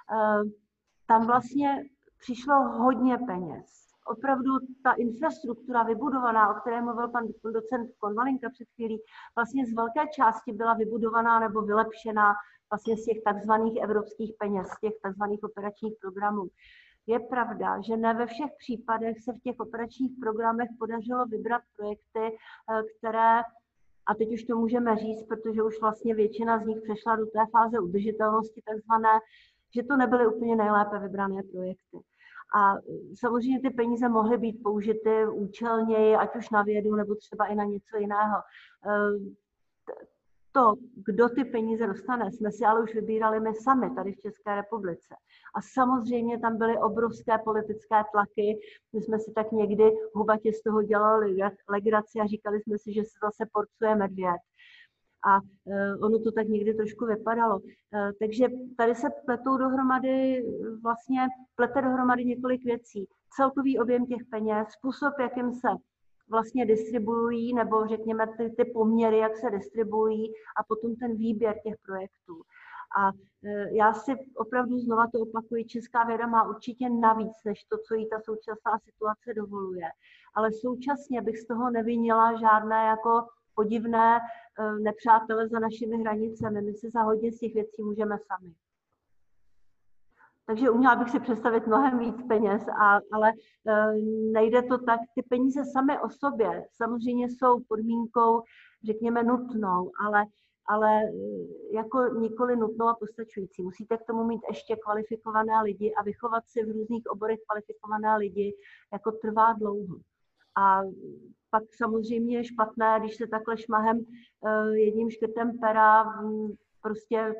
tam vlastně přišlo hodně peněz. Opravdu ta infrastruktura vybudovaná, o které mluvil pan docent Konvalinka před chvílí, vlastně z velké části byla vybudovaná nebo vylepšená vlastně z těch takzvaných evropských peněz, z těch takzvaných operačních programů. Je pravda, že ne ve všech případech se v těch operačních programech podařilo vybrat projekty, které, a teď už to můžeme říct, protože už vlastně většina z nich přešla do té fáze udržitelnosti takzvané, že to nebyly úplně nejlépe vybrané projekty. A samozřejmě ty peníze mohly být použity účelněji, ať už na vědu, nebo třeba i na něco jiného. To, kdo ty peníze dostane, jsme si ale už vybírali my sami tady v České republice. A samozřejmě tam byly obrovské politické tlaky. My jsme si tak někdy hubatě z toho dělali legraci a říkali jsme si, že se zase porcuje medvěd. A uh, ono to tak někdy trošku vypadalo. Uh, takže tady se pletou dohromady, vlastně plete dohromady několik věcí. Celkový objem těch peněz, způsob, jakým se vlastně distribuují, nebo řekněme ty, ty poměry, jak se distribuují a potom ten výběr těch projektů. A uh, já si opravdu znova to opakuji, česká věda má určitě navíc, než to, co jí ta současná situace dovoluje. Ale současně bych z toho nevinila žádné jako podivné nepřátele za našimi hranicemi. My si za hodně z těch věcí můžeme sami. Takže uměla bych si představit mnohem víc peněz, a, ale nejde to tak. Ty peníze samy o sobě samozřejmě jsou podmínkou, řekněme, nutnou, ale, ale jako nikoli nutnou a postačující. Musíte k tomu mít ještě kvalifikované lidi a vychovat si v různých oborech kvalifikované lidi, jako trvá dlouho. A pak samozřejmě je špatné, když se takhle šmahem jedním škrtem pera prostě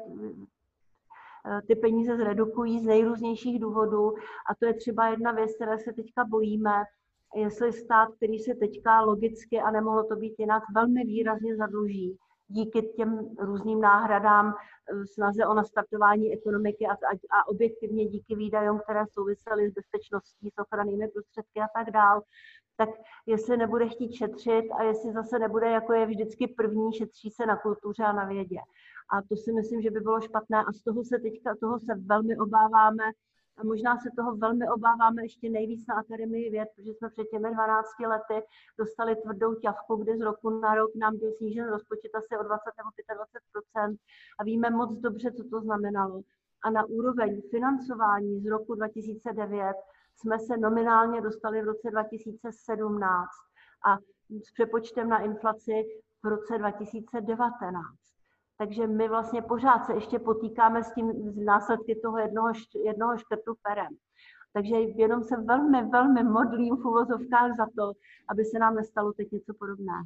ty peníze zredukují z nejrůznějších důvodů. A to je třeba jedna věc, které se teďka bojíme, jestli stát, který se teďka logicky, a nemohlo to být jinak, velmi výrazně zadluží díky těm různým náhradám, snaze o nastartování ekonomiky a, a, a objektivně díky výdajům, které souvisely s bezpečností, s ochrannými prostředky a tak dál, tak jestli nebude chtít šetřit a jestli zase nebude, jako je vždycky první, šetří se na kultuře a na vědě. A to si myslím, že by bylo špatné a z toho se teďka, toho se velmi obáváme. A možná se toho velmi obáváme ještě nejvíc na Akademii věd, protože jsme před těmi dvanácti lety dostali tvrdou ťavku, kdy z roku na rok nám byl snížen rozpočet asi o dvacet nebo dvacet pět procent a víme moc dobře, co to znamenalo. A na úroveň financování z roku dva tisíce devět jsme se nominálně dostali v roce dva tisíce sedmnáct a s přepočtem na inflaci v roce dva tisíce devatenáct. Takže my vlastně pořád se ještě potýkáme s tím z následky toho jednoho, jednoho škrtu perem. Takže jenom se velmi, velmi modlím v uvozovkách za to, aby se nám nestalo teď něco podobného.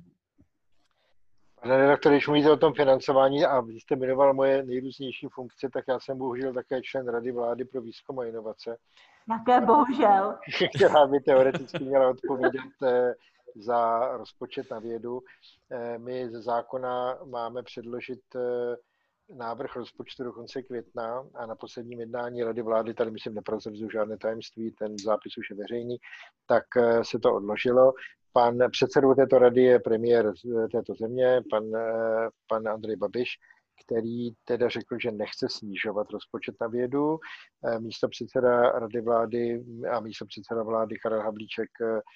Pane redaktore, když mluvíte o tom financování a vy jste jmenoval moje nejrůznější funkce, tak já jsem bohužel také člen Rady vlády pro výzkum a inovace. Jaké bohužel? Která by teoreticky měla odpovídat za rozpočet na vědu. My ze zákona máme předložit návrh rozpočtu do konce května a na posledním jednání Rady vlády, tady myslím neprozradím žádné tajemství, ten zápis už je veřejný, tak se to odložilo. Pan předsedou této rady je premiér této země, pan, pan Andrej Babiš, který teda řekl, že nechce snižovat rozpočet na vědu. Místo předseda Rady vlády a místo předseda vlády Karel Havlíček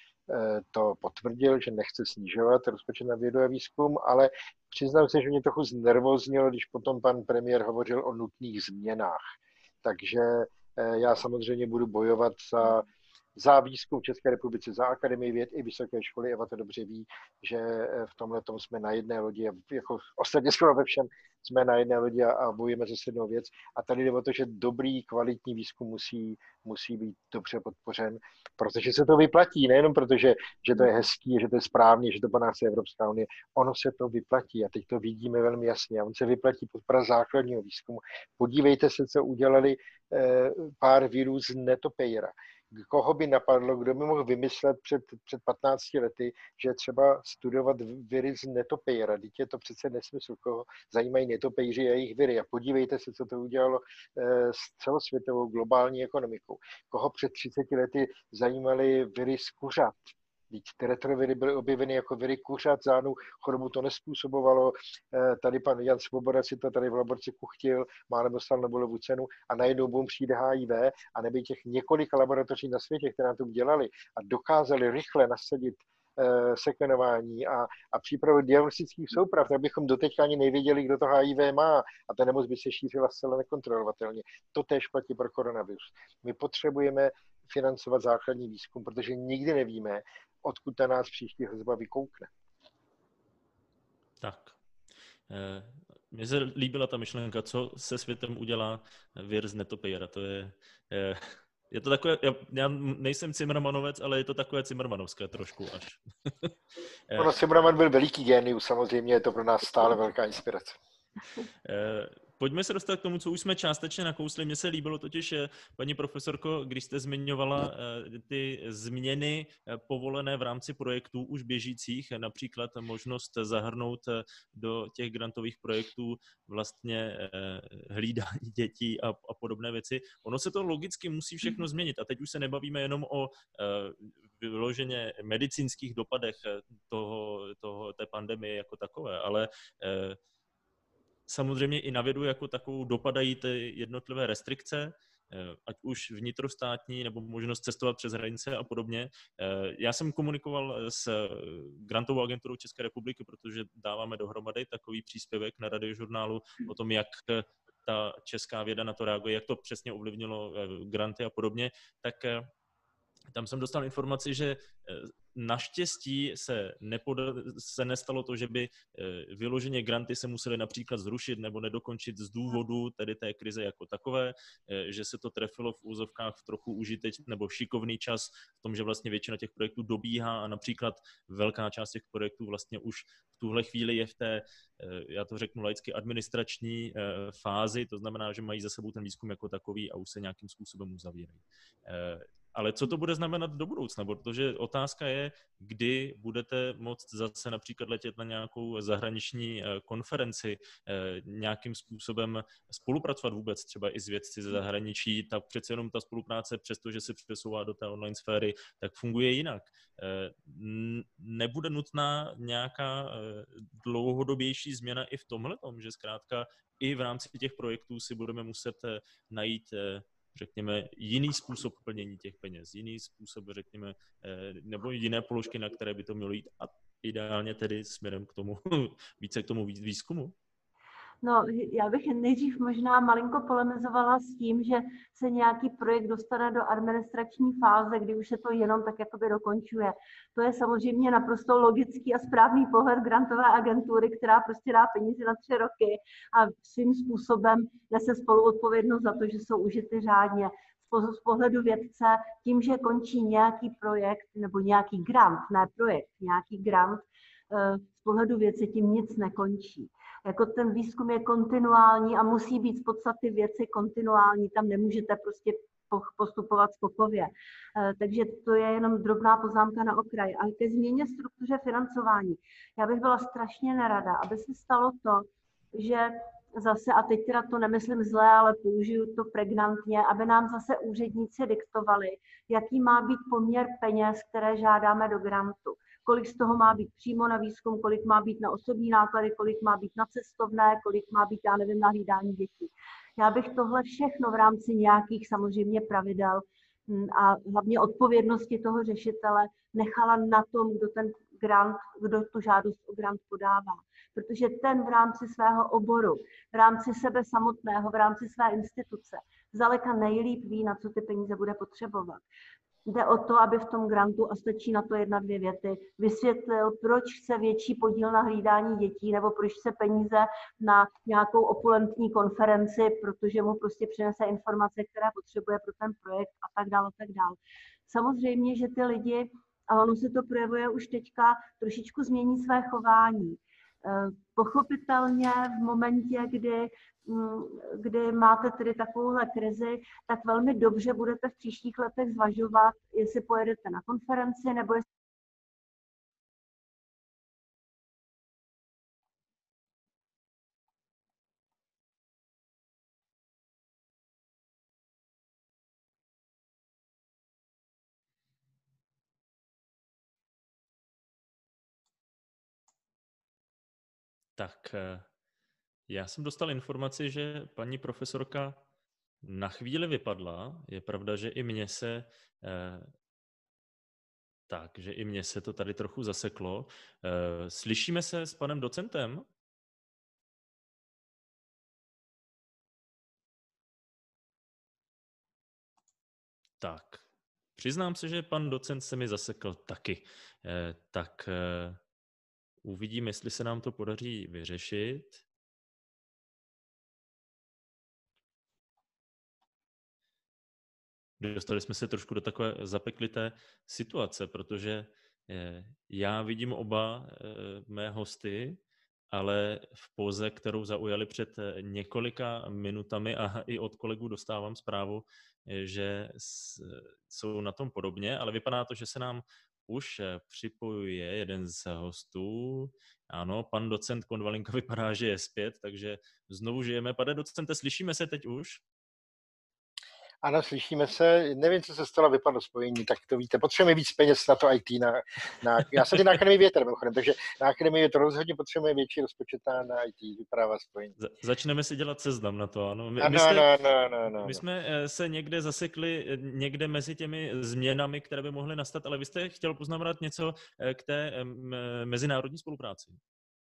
to potvrdil, že nechce snižovat rozpočet na vědu a výzkum, ale přiznám se, že mě trochu znervoznilo, když potom pan premiér hovořil o nutných změnách. Takže já samozřejmě budu bojovat za, za výzkum v České republice, za Akademii věd i vysoké školy. Eva to dobře ví, že v tomhletom jsme na jedné lodi, jako ostatně skoro ve všem jsme na jedné lodi a, a bojujeme za stejnou věc. A tady jde o to, že dobrý, kvalitní výzkum musí, musí být dobře podpořen, protože se to vyplatí, nejenom protože, že to je hezký, že to je správně, že to po nás je Evropská unie. Ono se to vyplatí a teď to vidíme velmi jasně. A on se vyplatí podpora základního výzkumu. Podívejte se, co udělali eh, pár virů z netopejra. Koho by napadlo, kdo by mohl vymyslet před, před patnácti lety, že třeba studovat viry z netopejra. Teď je to přece nesmysl, koho zajímají netopejři a jejich viry. A podívejte se, co to udělalo s celosvětovou globální ekonomikou. Koho před třiceti lety zajímaly viry z kuřat. Ty retroviry byly objeveny jako viry kuřat, žádnou chorobu to nespůsobovalo. Tady pan Jan Svoboda si to tady v laborci kuchtil, málem dostal Nobelovu cenu a najednou bum přijde H I V a neby těch několika laboratoří na světě, které to udělali a dokázali rychle nasadit sekvenování a, a přípravu diagnostických souprav, tak bychom doteď ani nevěděli, kdo to H I V má a ta nemoc by se šířila zcela nekontrolovatelně. To též platí pro koronavirus. My potřebujeme financovat základní výzkum, protože nikdy nevíme, odkud na nás příští hrozba vykoukne. Tak. Mně se líbila ta myšlenka, co se světem udělá vir z netopejra. To je... je... Je to takové, já, já nejsem Cimrmanovec, ale je to takové cimrmanovské trošku až. Ono Cimrman byl veliký génius, samozřejmě je to pro nás stále velká inspirace. Pojďme se dostat k tomu, co už jsme částečně nakousli. Mně se líbilo totiž, paní profesorko, když jste zmiňovala ty změny povolené v rámci projektů už běžících, například možnost zahrnout do těch grantových projektů vlastně hlídání dětí a, a podobné věci. Ono se to logicky musí všechno změnit. A teď už se nebavíme jenom o vyloženě medicínských dopadech toho, toho, té pandemie jako takové, ale samozřejmě i na vědu jako takovou dopadají ty jednotlivé restrikce, ať už vnitrostátní, nebo možnost cestovat přes hranice a podobně. Já jsem komunikoval s Grantovou agenturou České republiky, protože dáváme dohromady takový příspěvek na Radiožurnálu o tom, jak ta česká věda na to reaguje, jak to přesně ovlivnilo granty a podobně, tak tam jsem dostal informaci, že naštěstí se, nepoda, se nestalo to, že by vyloženě granty se musely například zrušit nebo nedokončit z důvodu tedy té krize jako takové, že se to trefilo v úzovkách v trochu užiteč nebo šikovný čas v tom, že vlastně většina těch projektů dobíhá a například velká část těch projektů vlastně už v tuhle chvíli je v té, já to řeknu laicky, administrační fázi, to znamená, že mají za sebou ten výzkum jako takový a už se nějakým způsobem uzavírají. Ale co to bude znamenat do budoucna? Protože otázka je, kdy budete moct zase například letět na nějakou zahraniční konferenci, nějakým způsobem spolupracovat vůbec třeba i s vědci ze zahraničí, tak přece jenom ta spolupráce, přestože se přesouvá do té online sféry, tak funguje jinak. Nebude nutná nějaká dlouhodobější změna i v tomhletom, že zkrátka i v rámci těch projektů si budeme muset najít, řekněme, jiný způsob plnění těch peněz, jiný způsob, řekněme, nebo jiné položky, na které by to mělo jít a ideálně tedy směrem k tomu, více k tomu výzkumu? No, já bych nejdřív možná malinko polemizovala s tím, že se nějaký projekt dostane do administrační fáze, kdy už se to jenom tak jakoby dokončuje. To je samozřejmě naprosto logický a správný pohled grantové agentury, která prostě dá peníze na tři roky a svým způsobem nese spoluodpovědnost za to, že jsou užity řádně. Z pohledu vědce, tím, že končí nějaký projekt nebo nějaký grant, ne projekt, nějaký grant, z pohledu vědce tím nic nekončí. Jako ten výzkum je kontinuální a musí být z podstaty věci kontinuální, tam nemůžete prostě postupovat skokově. Takže to je jenom drobná poznámka na okraj. A ke změně struktuře financování. Já bych byla strašně nerada, aby se stalo to, že zase, a teď teda to nemyslím zle, ale použiju to pregnantně, aby nám zase úředníci diktovali, jaký má být poměr peněz, které žádáme do grantu. Kolik z toho má být přímo na výzkum, kolik má být na osobní náklady, kolik má být na cestovné, kolik má být, já nevím, na hlídání dětí. Já bych tohle všechno v rámci nějakých samozřejmě pravidel a hlavně odpovědnosti toho řešitele nechala na tom, kdo ten grant, kdo tu žádost o grant podává. Protože ten v rámci svého oboru, v rámci sebe samotného, v rámci své instituce zdaleka nejlíp ví, na co ty peníze bude potřebovat. Jde o to, aby v tom grantu, a stačí na to jedna, dvě věty, vysvětlil, proč chce větší podíl na hlídání dětí, nebo proč chce peníze na nějakou opulentní konferenci, protože mu prostě přinese informace, které potřebuje pro ten projekt a tak dále, a tak dále. Samozřejmě, že ty lidi, a ono se to projevuje už teďka, trošičku změní své chování. Pochopitelně v momentě, kdy, kdy máte tedy takovouhle krizi, tak velmi dobře budete v příštích letech zvažovat, jestli pojedete na konferenci, nebo jestli Tak já jsem dostal informaci, že paní profesorka na chvíli vypadla. Je pravda, že i mně se tak, že i mně se to tady trochu zaseklo. Slyšíme se s panem docentem? Tak, přiznám se, že pan docent se mi zasekl taky. Tak uvidíme, jestli se nám to podaří vyřešit. Dostali jsme se trošku do takové zapeklité situace, protože já vidím oba mé hosty, ale v póze, kterou zaujali před několika minutami a i od kolegů dostávám zprávu, že jsou na tom podobně, ale vypadá to, že se nám už připojuje jeden z hostů. Ano, pan docent Konvalinka vypadá, že je zpět, takže znovu žijeme. Pane docente, slyšíme se teď už? Ano, slyšíme se. Nevím, co se stalo, vypadlo spojení, tak to víte. Potřebujeme víc peněz na to í té. Na, na, já jsem na Akademii věd, mimochodem, takže na Akademii věd rozhodně potřebujeme větší rozpočet na í té, vypadává spojení. Za, začneme si dělat seznam na to, ano. My, ano, my, jsme, ano, ano, ano, my jsme se někde zasekli, někde mezi těmi změnami, které by mohly nastat, ale vy jste chtěl poznamenat něco k té mezinárodní spolupráci.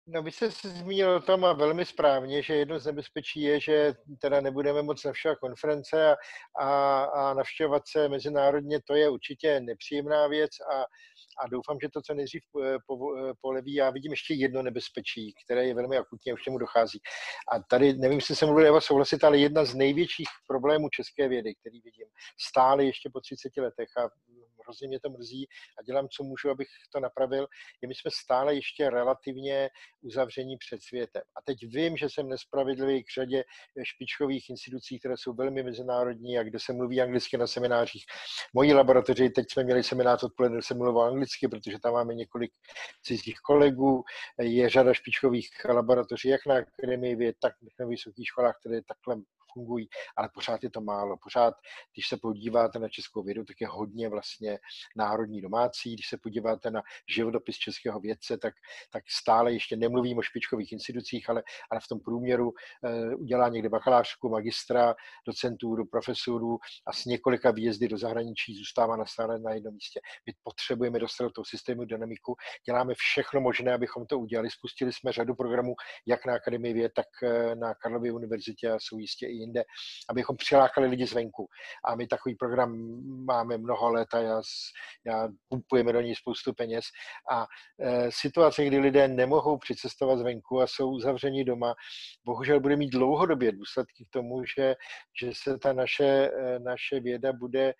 No, vy jste se zmínil o tom a velmi správně, že jedno z nebezpečí je, že teda nebudeme moc navštěvovat konference a, a, a navštěvovat se mezinárodně, to je určitě nepříjemná věc a, a doufám, že to co nejdřív poleví. Já vidím ještě jedno nebezpečí, které je velmi akutní a už k němu dochází. A tady, nevím, jestli se mluvil Eva souhlasit, ale jedna z největších problémů české vědy, který vidím stále ještě po třiceti letech a hrozně mě to mrzí a dělám, co můžu, abych to napravil, je, my jsme stále ještě relativně uzavření před světem. A teď vím, že jsem nespravedlivý k řadě špičkových institucí, které jsou velmi mezinárodní a kde se mluví anglicky na seminářích. Mojí laboratoři, teď jsme měli seminář odpoledne, kde se mluvilo anglicky, protože tam máme několik cizích kolegů. Je řada špičkových laboratoří, jak na akademii věd, tak na vysokých školách, které takhle fungují, ale pořád je to málo. Pořád, když se podíváte na českou vědu, tak je hodně vlastně národní domácí. Když se podíváte na životopis českého vědce, tak, tak stále ještě nemluvím o špičkových institucích, ale, ale v tom průměru eh, udělá někde bakalářku, magistra, docenturu, profesuru a s několika výjezdy do zahraničí zůstává na stále na jednom místě. My potřebujeme dostat do toho systému dynamiku. Děláme všechno možné, abychom to udělali. Spustili jsme řadu programů, jak na Akademii věd, tak na Karlově univerzitě a jsou jistě i jinde, abychom přilákali lidi zvenku. A my takový program máme mnoho let a já, já pumpujeme do něj spoustu peněz. A e, situace, kdy lidé nemohou přicestovat zvenku a jsou uzavřeni doma, bohužel bude mít dlouhodobě důsledky k tomu, že, že se ta naše, naše věda bude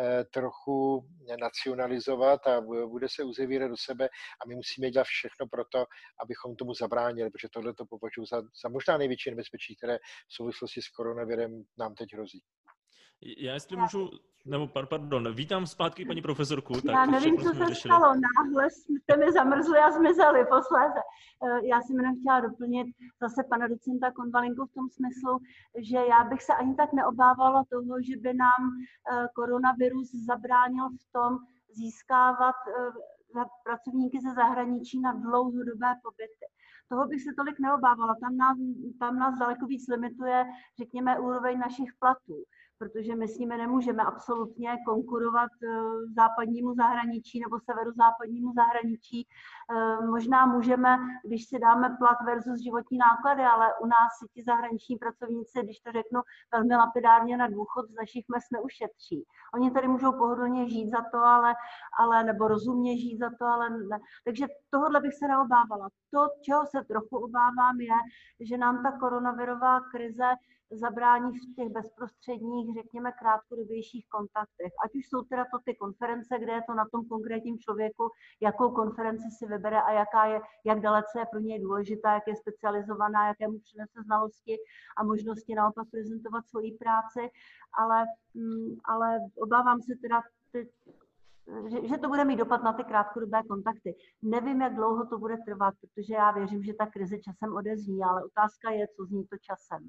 trochu nacionalizovat a bude se uzavírat do sebe a my musíme dělat všechno pro to, abychom tomu zabránili, protože tohle to považuji za, za možná největší nebezpečí, které v souvislosti s koronavirem nám teď hrozí. Já jestli můžu, nebo pardon, vítám zpátky paní profesorku. Tak já nevím, co se stalo, náhle jste mi zamrzli a zmizeli posléze. Já jsem jenom chtěla doplnit zase pana docenta Konvalinku v tom smyslu, že já bych se ani tak neobávala toho, že by nám koronavirus zabránil v tom získávat pracovníky ze zahraničí na dlouhodobé pobyty. Toho bych se tolik neobávala. Tam nás, tam nás daleko víc limituje, řekněme, úroveň našich platů, protože my s nimi nemůžeme absolutně konkurovat západnímu zahraničí nebo severozápadnímu zahraničí. Možná můžeme, když si dáme plat versus životní náklady, ale u nás si ti zahraniční pracovníci, když to řeknu velmi lapidárně, na důchod z našich mest neušetří. Oni tady můžou pohodlně žít za to, ale, ale nebo rozumně žít za to, ale ne. Takže tohohle bych se neobávala. To, čeho se trochu obávám, je, že nám ta koronavirová krize zabrání v těch bezprostředních, řekněme, krátkodobějších kontaktech. Ať už jsou teda to ty konference, kde je to na tom konkrétním člověku, jakou konferenci si vybere a jaká je, jak dalece je pro něj důležitá, jak je specializovaná, jaké mu přinese znalosti a možnosti naopak prezentovat svoji práci, ale, ale obávám se teda, ty, že, že to bude mít dopad na ty krátkodobé kontakty. Nevím, jak dlouho to bude trvat, protože já věřím, že ta krize časem odezní, ale otázka je, co zní to časem.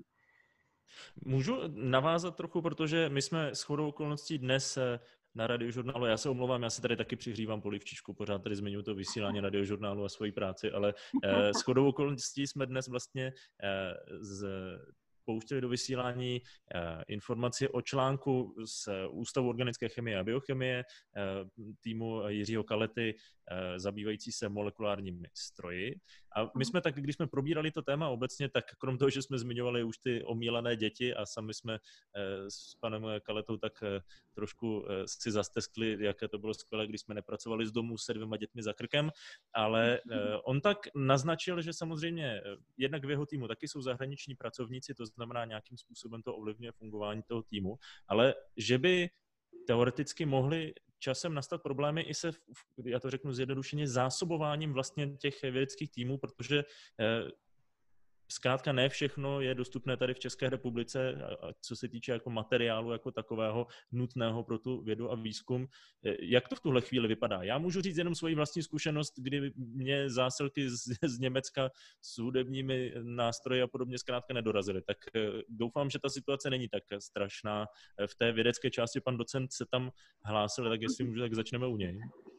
Můžu navázat trochu, protože my jsme shodou okolností dnes na Radiožurnálu, já se omlouvám, já si tady taky přihřívám polivčičku, pořád tady zmiňuji to vysílání Radiožurnálu a svoji práci, ale eh, shodou okolností jsme dnes vlastně eh, z pouštěli do vysílání eh, informaci o článku z Ústavu organické chemie a biochemie eh, týmu Jiřího Kalety, eh, zabývající se molekulárními stroji. A my jsme tak, když jsme probírali to téma obecně, tak krom toho, že jsme zmiňovali už ty omílané děti a sami jsme eh, s panem Kaletou tak eh, trošku eh, si zasteskli, jaké to bylo skvělé, když jsme nepracovali z domu se dvěma dětmi za krkem, ale eh, on tak naznačil, že samozřejmě eh, jednak v jeho týmu taky jsou zahraniční pracovníci, to znamená nějakým způsobem to ovlivňuje fungování toho týmu, ale že by teoreticky mohly časem nastat problémy i se, já to řeknu zjednodušeně, zásobováním vlastně těch vědeckých týmů, protože eh, zkrátka ne všechno je dostupné tady v České republice, co se týče jako materiálu jako takového nutného pro tu vědu a výzkum. Jak to v tuhle chvíli vypadá? Já můžu říct jenom svoji vlastní zkušenost, kdy mě zásilky z, z Německa s hudebními nástroji a podobně zkrátka nedorazily. Tak doufám, že ta situace není tak strašná. V té vědecké části pan docent se tam hlásil, tak jestli můžu, tak začneme u něj.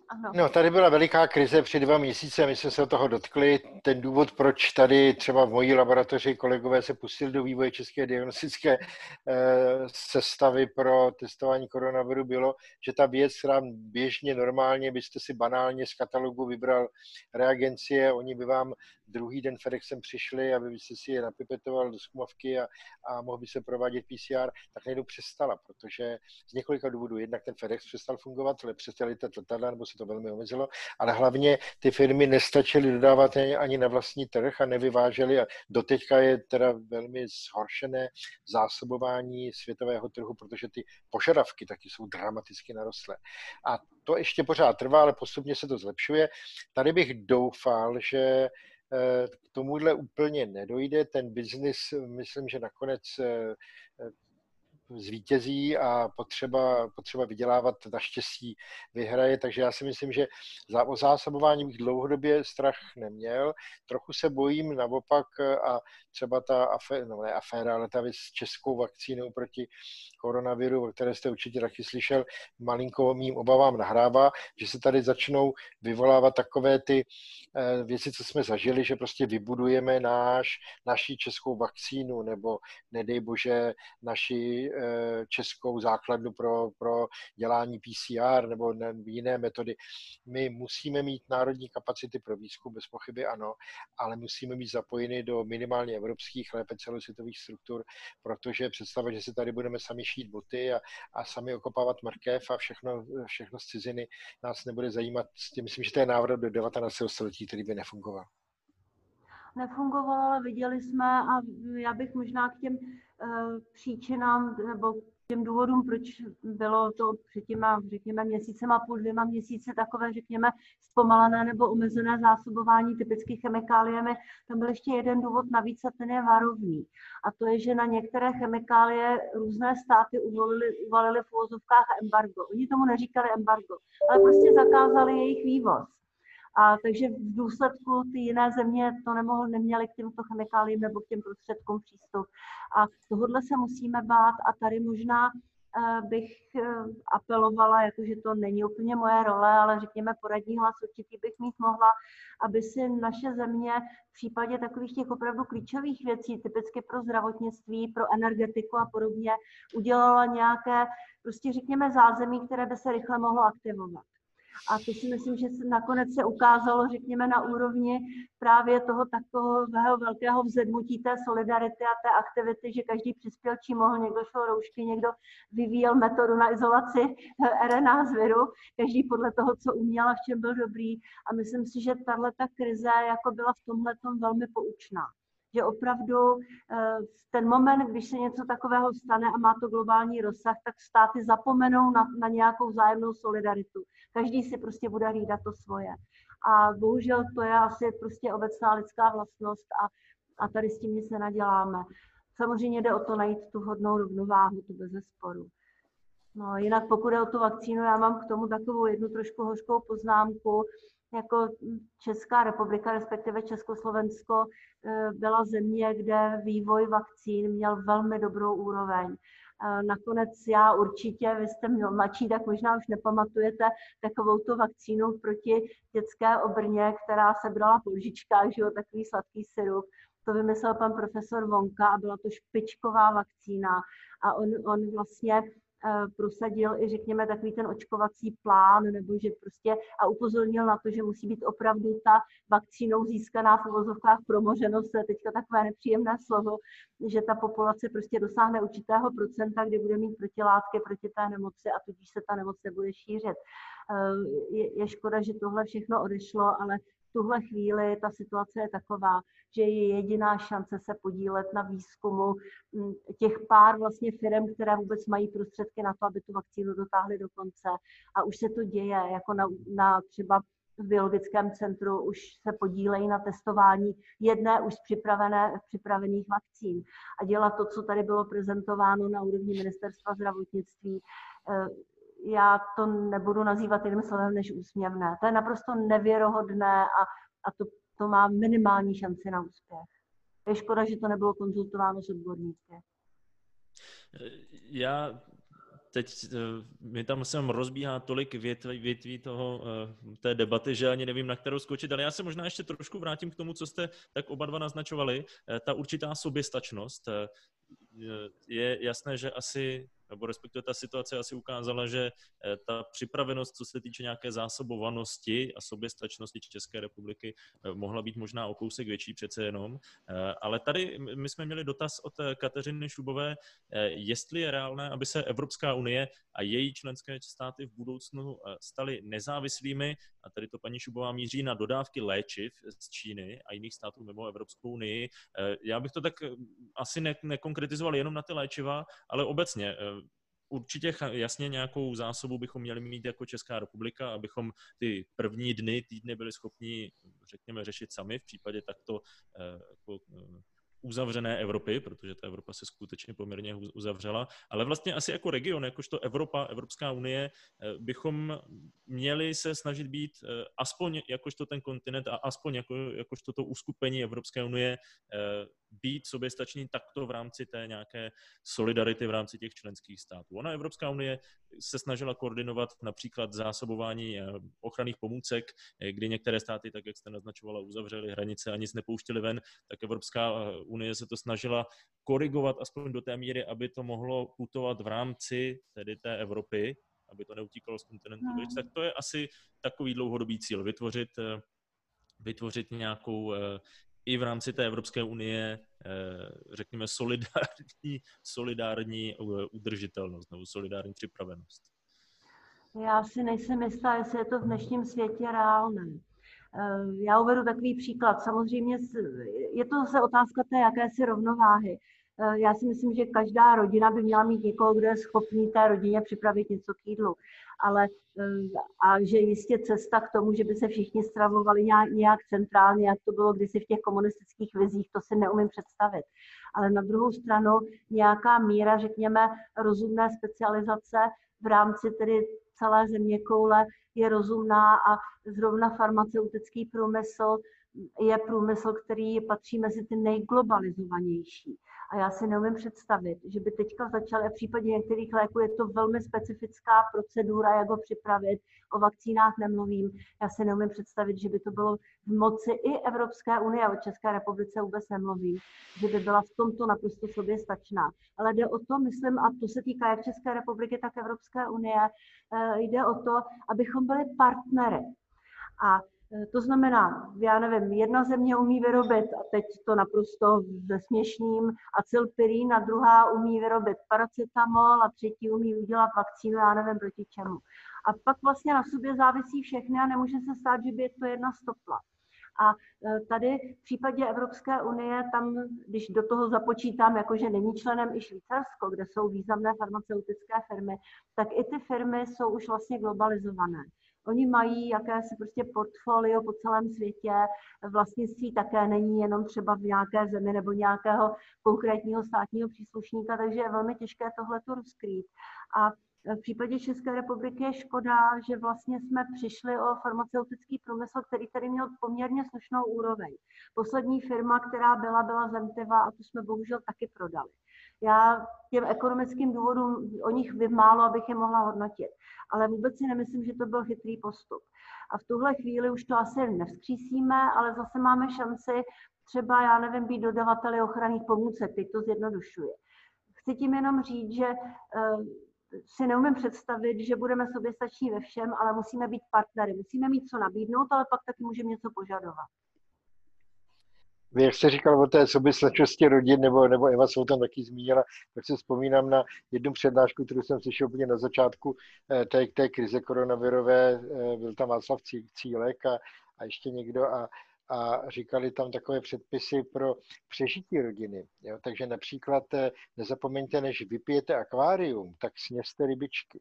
Ano. No, tady byla veliká krize před dva měsíce, my jsme se od toho dotkli. Ten důvod, proč tady třeba v mojí laboratoři kolegové se pustili do vývoje české diagnostické sestavy pro testování koronaviru, bylo, že ta věc, která běžně normálně byste si banálně z katalogu vybral reagencie, oni by vám druhý den FedExem přišli, aby byste si je napipetoval do zkumavky a, a mohl by se provádět P C R, tak najednou přestala, protože z několika důvodů. Jednak ten FedEx přestal fungovat, ale přestali ta letadla, nebo se to velmi omezilo, ale hlavně ty firmy nestačily dodávat ani na vlastní trh a nevyvážely a doteďka je teda velmi zhoršené zásobování světového trhu, protože ty požadavky taky jsou dramaticky narostlé. A to ještě pořád trvá, ale postupně se to zlepšuje. Tady bych doufal, že k tomuhle úplně nedojde. Ten biznis, myslím, že nakonec zvítězí a potřeba, potřeba vydělávat naštěstí vyhraje, takže já si myslím, že za, o zásobování bych dlouhodobě strach neměl. Trochu se bojím naopak a třeba ta aféra, no ne aféra, ale ta věc s českou vakcínou proti koronaviru, o které jste určitě taky slyšel, malinko mým obavám nahrává, že se tady začnou vyvolávat takové ty věci, co jsme zažili, že prostě vybudujeme náš, naši českou vakcínu nebo nedej bože naši českou základnu pro, pro dělání P C R nebo jiné metody. My musíme mít národní kapacity pro výzkum, bez pochyby ano, ale musíme být zapojeni do minimálně evropských, lépe celosvětových struktur, protože představa, že si tady budeme sami šít boty a, a sami okopávat mrkev a všechno, všechno z ciziny nás nebude zajímat. Myslím, že to je návrat do devatenáctého století, který by nefungoval. Nefungovalo, ale viděli jsme a já bych možná k těm uh, příčinám nebo k těm důvodům, proč bylo to před těma, řekněme, měsícem a půl, dvěma měsíce takové, řekněme, zpomalené nebo omezené zásobování typických chemikáliemi, tam byl ještě jeden důvod navíc a ten je varovný. A to je, že na některé chemikálie různé státy uvolili, uvalili v uvozovkách embargo. Oni tomu neříkali embargo, ale prostě zakázali jejich vývoz. A takže v důsledku ty jiné země to nemohly, neměly k těmto chemikáliím nebo k těm prostředkům přístup. A tohodle se musíme bát a tady možná uh, bych uh, apelovala, jakože to není úplně moje role, ale řekněme poradní hlas určitý bych mít mohla, aby si naše země v případě takových těch opravdu klíčových věcí, typicky pro zdravotnictví, pro energetiku a podobně, udělala nějaké, prostě řekněme zázemí, které by se rychle mohlo aktivovat. A to si myslím, že se nakonec se ukázalo, řekněme, na úrovni právě toho takového velkého vzedmutí té solidarity a té aktivity, že každý přispěl, čím mohl, někdo šel roušky, někdo vyvíjel metodu na izolaci R N A z viru, každý podle toho, co uměl a v čem byl dobrý. A myslím si, že tahleta krize jako byla v tomhletom velmi poučná. Že opravdu v ten moment, když se něco takového stane a má to globální rozsah, tak státy zapomenou na, na nějakou vzájemnou solidaritu. Každý si prostě bude hlídat to svoje. A bohužel to je asi prostě obecná lidská vlastnost a, a tady s tím nic nenaděláme. Samozřejmě jde o to najít tu vhodnou rovnováhu, tu bezesporu. No, jinak pokud je o tu vakcínu, já mám k tomu takovou jednu trošku hořkou poznámku. Jako Česká republika, respektive Československo, byla země, kde vývoj vakcín měl velmi dobrou úroveň. Nakonec já určitě, vy jste mladší, tak možná už nepamatujete takovou tu vakcínu proti dětské obrně, která se brala po lžičkách, že jo, takový sladký syrup. To vymyslel pan profesor Vonka a byla to špičková vakcína. A on, on vlastně prosadil i, řekněme, takový ten očkovací plán, nebo že prostě a upozornil na to, že musí být opravdu ta vakcínou získaná v uvozovkách promoženost, to je teďka takové nepříjemné slovo, že ta populace prostě dosáhne určitého procenta, kdy bude mít protilátky proti té nemoci a tudíž se ta nemoc nebude šířit. Je, je škoda, že tohle všechno odešlo, ale v tuhle chvíli ta situace je taková, že je jediná šance se podílet na výzkumu těch pár vlastně firm, které vůbec mají prostředky na to, aby tu vakcínu dotáhly do konce. A už se to děje, jako na, na třeba v biologickém centru už se podílejí na testování jedné už připravené, připravených vakcín. A dělat to, co tady bylo prezentováno na úrovni ministerstva zdravotnictví, já to nebudu nazývat jiným slovem než úsměvné. To je naprosto nevěrohodné a, a to, to má minimální šanci na úspěch. Je škoda, že to nebylo konzultováno s odborníky. Já teď mi tam se rozbíhá tolik větví, větví toho, té debaty, že ani nevím, na kterou skočit, ale já se možná ještě trošku vrátím k tomu, co jste tak oba dva naznačovali. Ta určitá soběstačnost. Je jasné, že asi, nebo respektive ta situace asi ukázala, že ta připravenost, co se týče nějaké zásobovanosti a soběstačnosti České republiky, mohla být možná o kousek větší přece jenom. Ale tady my jsme měli dotaz od Kateřiny Šubové, jestli je reálné, aby se Evropská unie a její členské státy v budoucnu staly nezávislými, a tady to paní Šubová míří na dodávky léčiv z Číny a jiných států mimo Evropskou unii. Já bych to tak asi ne- nekonkretizoval jenom na ty léčiva, ale obecně. Určitě jasně nějakou zásobu bychom měli mít jako Česká republika, abychom ty první dny, týdny byli schopni, řekněme, řešit sami v případě takto jako uzavřené Evropy, protože ta Evropa se skutečně poměrně uzavřela, ale vlastně asi jako region, jakožto Evropa, Evropská unie, bychom měli se snažit být aspoň jakožto ten kontinent a aspoň jako, jakožto to uskupení Evropské unie být soběstační takto v rámci té nějaké solidarity v rámci těch členských států. Ona Evropská unie se snažila koordinovat například zásobování ochranných pomůcek, kdy některé státy, tak jak jste naznačovala, uzavřely hranice a nic nepouštěly ven, tak Evropská unie se to snažila korigovat aspoň do té míry, aby to mohlo putovat v rámci tedy té Evropy, aby to neutíkalo z kontinentu. Hmm. Tak to je asi takový dlouhodobý cíl, vytvořit, vytvořit nějakou i v rámci té Evropské unie, řekněme, solidární, solidární udržitelnost nebo solidární připravenost. Já si nejsem jistá, jestli je to v dnešním světě reálné. Já uvedu takový příklad. Samozřejmě je to zase otázka té jakési rovnováhy. Já si myslím, že každá rodina by měla mít někoho, kdo je schopný té rodině připravit něco k jídlu. Ale, a že jistě cesta k tomu, že by se všichni stravovali nějak, nějak centrálně, jak to bylo kdysi v těch komunistických vizích, to si neumím představit. Ale na druhou stranu nějaká míra, řekněme, rozumné specializace v rámci tedy celé zeměkoule je rozumná a zrovna farmaceutický průmysl je průmysl, který patří mezi ty nejglobalizovanější. A já si neumím představit, že by teďka začaly, v případě některých léků je to velmi specifická procedura, jak ho připravit, o vakcínách nemluvím. Já si neumím představit, že by to bylo v moci i Evropské unie, o České republice vůbec nemluvím, že by byla v tomto naprosto soběstačná. Ale jde o to, myslím, a to se týká jak České republiky, tak Evropské unie, jde o to, abychom byli partnery. A to znamená, já nevím, jedna země umí vyrobit, a teď to naprosto zesměšním, acylpirín, a druhá umí vyrobit paracetamol a třetí umí udělat vakcínu, já nevím proti čemu. A pak vlastně na sobě závisí všechny a nemůže se stát, že by je to jedna stopla. A tady v případě Evropské unie, tam, když do toho započítám, jakože není členem i Švýcarsko, kde jsou významné farmaceutické firmy, tak i ty firmy jsou už vlastně globalizované. Oni mají jakési prostě portfolio po celém světě, vlastnictví také není jenom třeba v nějaké zemi nebo nějakého konkrétního státního příslušníka, takže je velmi těžké tohleto rozkrýt. A v případě České republiky je škoda, že vlastně jsme přišli o farmaceutický průmysl, který tady měl poměrně slušnou úroveň. Poslední firma, která byla, byla Zentiva a tu jsme bohužel taky prodali. Já těm ekonomickým důvodům o nich vím málo, abych je mohla hodnotit, ale vůbec si nemyslím, že to byl chytrý postup. A v tuhle chvíli už to asi nevzkřísíme, ale zase máme šanci třeba, já nevím, být dodavateli ochranných pomůcek, teď to zjednodušuje. Chci tím jenom říct, že uh, si neumím představit, že budeme soběstační ve všem, ale musíme být partnery. Musíme mít co nabídnout, ale pak taky můžeme něco požadovat. Vy, jak jste říkal o té soběstačnosti rodin, nebo, nebo Eva se o tom taky zmínila, tak si vzpomínám na jednu přednášku, kterou jsem slyšel úplně na začátku té, té krize koronavirové, byl tam Václav Cílek a, a ještě někdo a, a říkali tam takové předpisy pro přežití rodiny. Jo? Takže například nezapomeňte, než vypijete akvárium, tak sněste rybičky.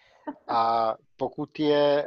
A pokud je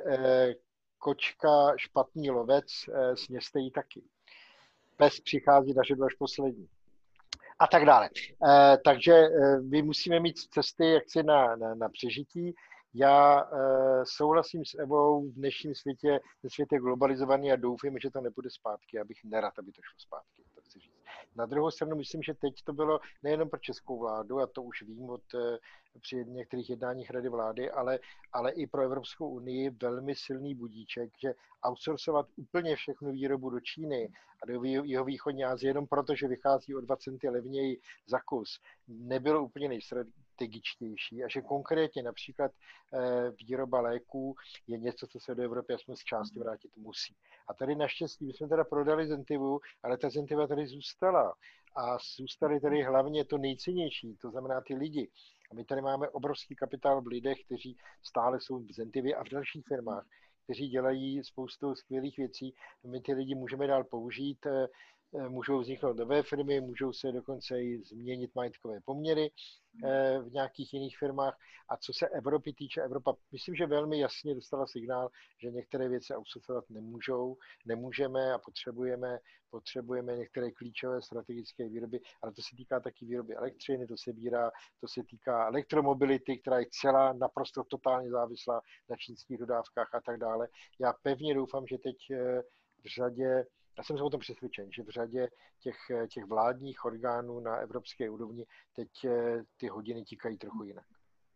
kočka špatný lovec, sněste ji taky. Pes přichází na řadu až poslední. A tak dále. E, takže e, my musíme mít cesty jaksi na, na, na přežití. Já e, souhlasím s Evou, v dnešním světě, ten svět je globalizovaný a doufám, že to nepůjde zpátky. Já bych nerad, aby to šlo zpátky. To, chci říct. Na druhou stranu myslím, že teď to bylo nejenom pro českou vládu, a to už vím od při některých jednáních Rady vlády, ale, ale i pro Evropskou unii velmi silný budíček, že outsourcovat úplně všechnu výrobu do Číny a do jihovýchodní Asie jenom proto, že vychází o dva centy levněji za kus, nebylo úplně nejstrategičtější a že konkrétně například výroba léků je něco, co se do Evropy aspoň z části vrátit musí. A tady naštěstí my jsme teda prodali Zentivu, ale ta Zentiva tady zůstala. A zůstaly tady hlavně to nejcennější, to znamená ty lidi. A my tady máme obrovský kapitál v lidech, kteří stále jsou v Zentivě a v dalších firmách, kteří dělají spoustu skvělých věcí. My ty lidi můžeme dál použít, můžou vzniknout nové firmy, můžou se dokonce i změnit majetkové poměry v nějakých jiných firmách. A co se Evropy týče, Evropa, myslím, že velmi jasně dostala signál, že některé věci outsourcovat nemůžou, nemůžeme a potřebujeme, potřebujeme některé klíčové strategické výroby, ale to se týká taky výroby elektřiny, to se bírá, to se týká elektromobility, která je celá naprosto totálně závislá na čínských dodávkách a tak dále. Já pevně doufám, že teď v řadě Já jsem se o tom přesvědčen, že v řadě těch, těch vládních orgánů na evropské úrovni teď ty hodiny tikají trochu jinak.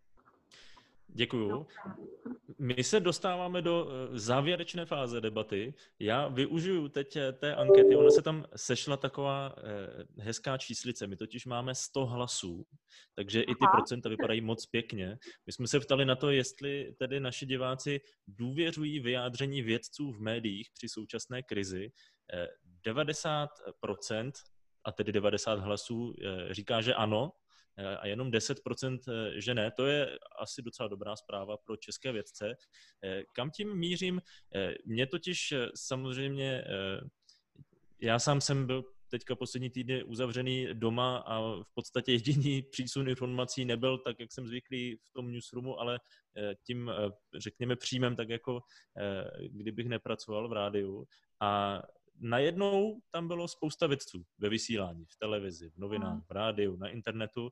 Děkuju. My se dostáváme do závěrečné fáze debaty. Já využiju teď té ankety. Ona se tam sešla taková hezká číslice. My totiž máme sto hlasů, takže i ty procenta vypadají moc pěkně. My jsme se ptali na to, jestli tedy naši diváci důvěřují vyjádření vědců v médiích při současné krizi. devadesát procent, a tedy devadesát hlasů, říká, že ano, a jenom deset procent, že ne. To je asi docela dobrá zpráva pro české vědce. Kam tím mířím? Mě totiž samozřejmě, já sám jsem byl teďka poslední týdny uzavřený doma a v podstatě jediný přísun informací nebyl tak, jak jsem zvyklý v tom newsroomu, ale tím, řekněme, příjmem, tak jako kdybych nepracoval v rádiu. A najednou tam bylo spousta vědců ve vysílání, v televizi, v novinách, v rádiu, na internetu.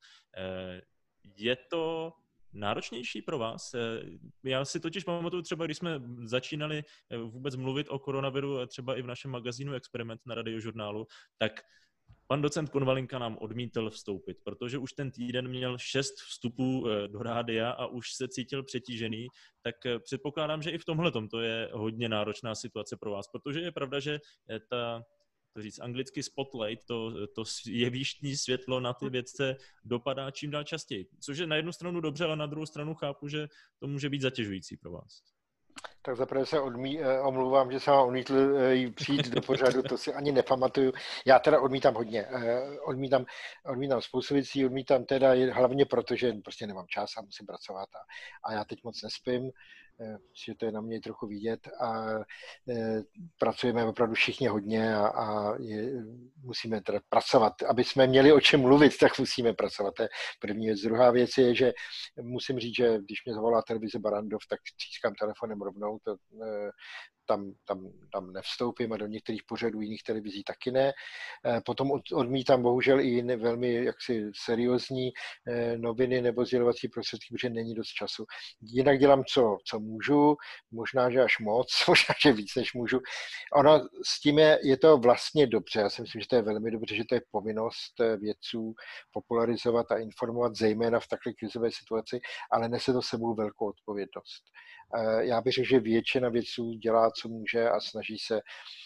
Je to náročnější pro vás? Já si totiž pamatuju třeba, když jsme začínali vůbec mluvit o koronaviru, třeba i v našem magazínu Experiment na Radiožurnálu, tak pan docent Konvalinka nám odmítl vstoupit, protože už ten týden měl šest vstupů do rádia a už se cítil přetížený, tak předpokládám, že i v tomhletom to je hodně náročná situace pro vás, protože je pravda, že ta, to říct anglicky spotlight, to, to jevištní světlo na ty vědce dopadá čím dál častěji, což je na jednu stranu dobře, ale na druhou stranu chápu, že to může být zatěžující pro vás. Tak zaprvé se odmí, omlouvám, že jsem vám odmítl přijít do pořadu, to si ani nepamatuju. Já teda odmítám hodně. Odmítám, odmítám spoustu věcí, odmítám teda hlavně proto, že prostě nemám čas a musím pracovat a, a já teď moc nespím, že to je na mě trochu vidět a e, pracujeme opravdu všichni hodně a, a je, musíme teda pracovat. Aby jsme měli o čem mluvit, tak musíme pracovat. To je první věc. Druhá věc je, že musím říct, že když mě zavolá televize Barrandov, tak třískám telefonem rovnou. To, e, tam, tam, tam nevstoupím a do některých pořadů jiných televizí taky ne. Potom odmítám bohužel i jiné velmi jaksi seriózní noviny nebo sdělovací prostředky, protože není dost času. Jinak dělám, co, co můžu, možná, že až moc, možná, že víc, než můžu. Ono s tím je, je to vlastně dobře. Já si myslím, že to je velmi dobře, že to je povinnost vědců popularizovat a informovat, zejména v takové krizové situaci, ale nese to sebou velkou odpovědnost. Já bych řekl, že většina vědců dělá, co může a snaží se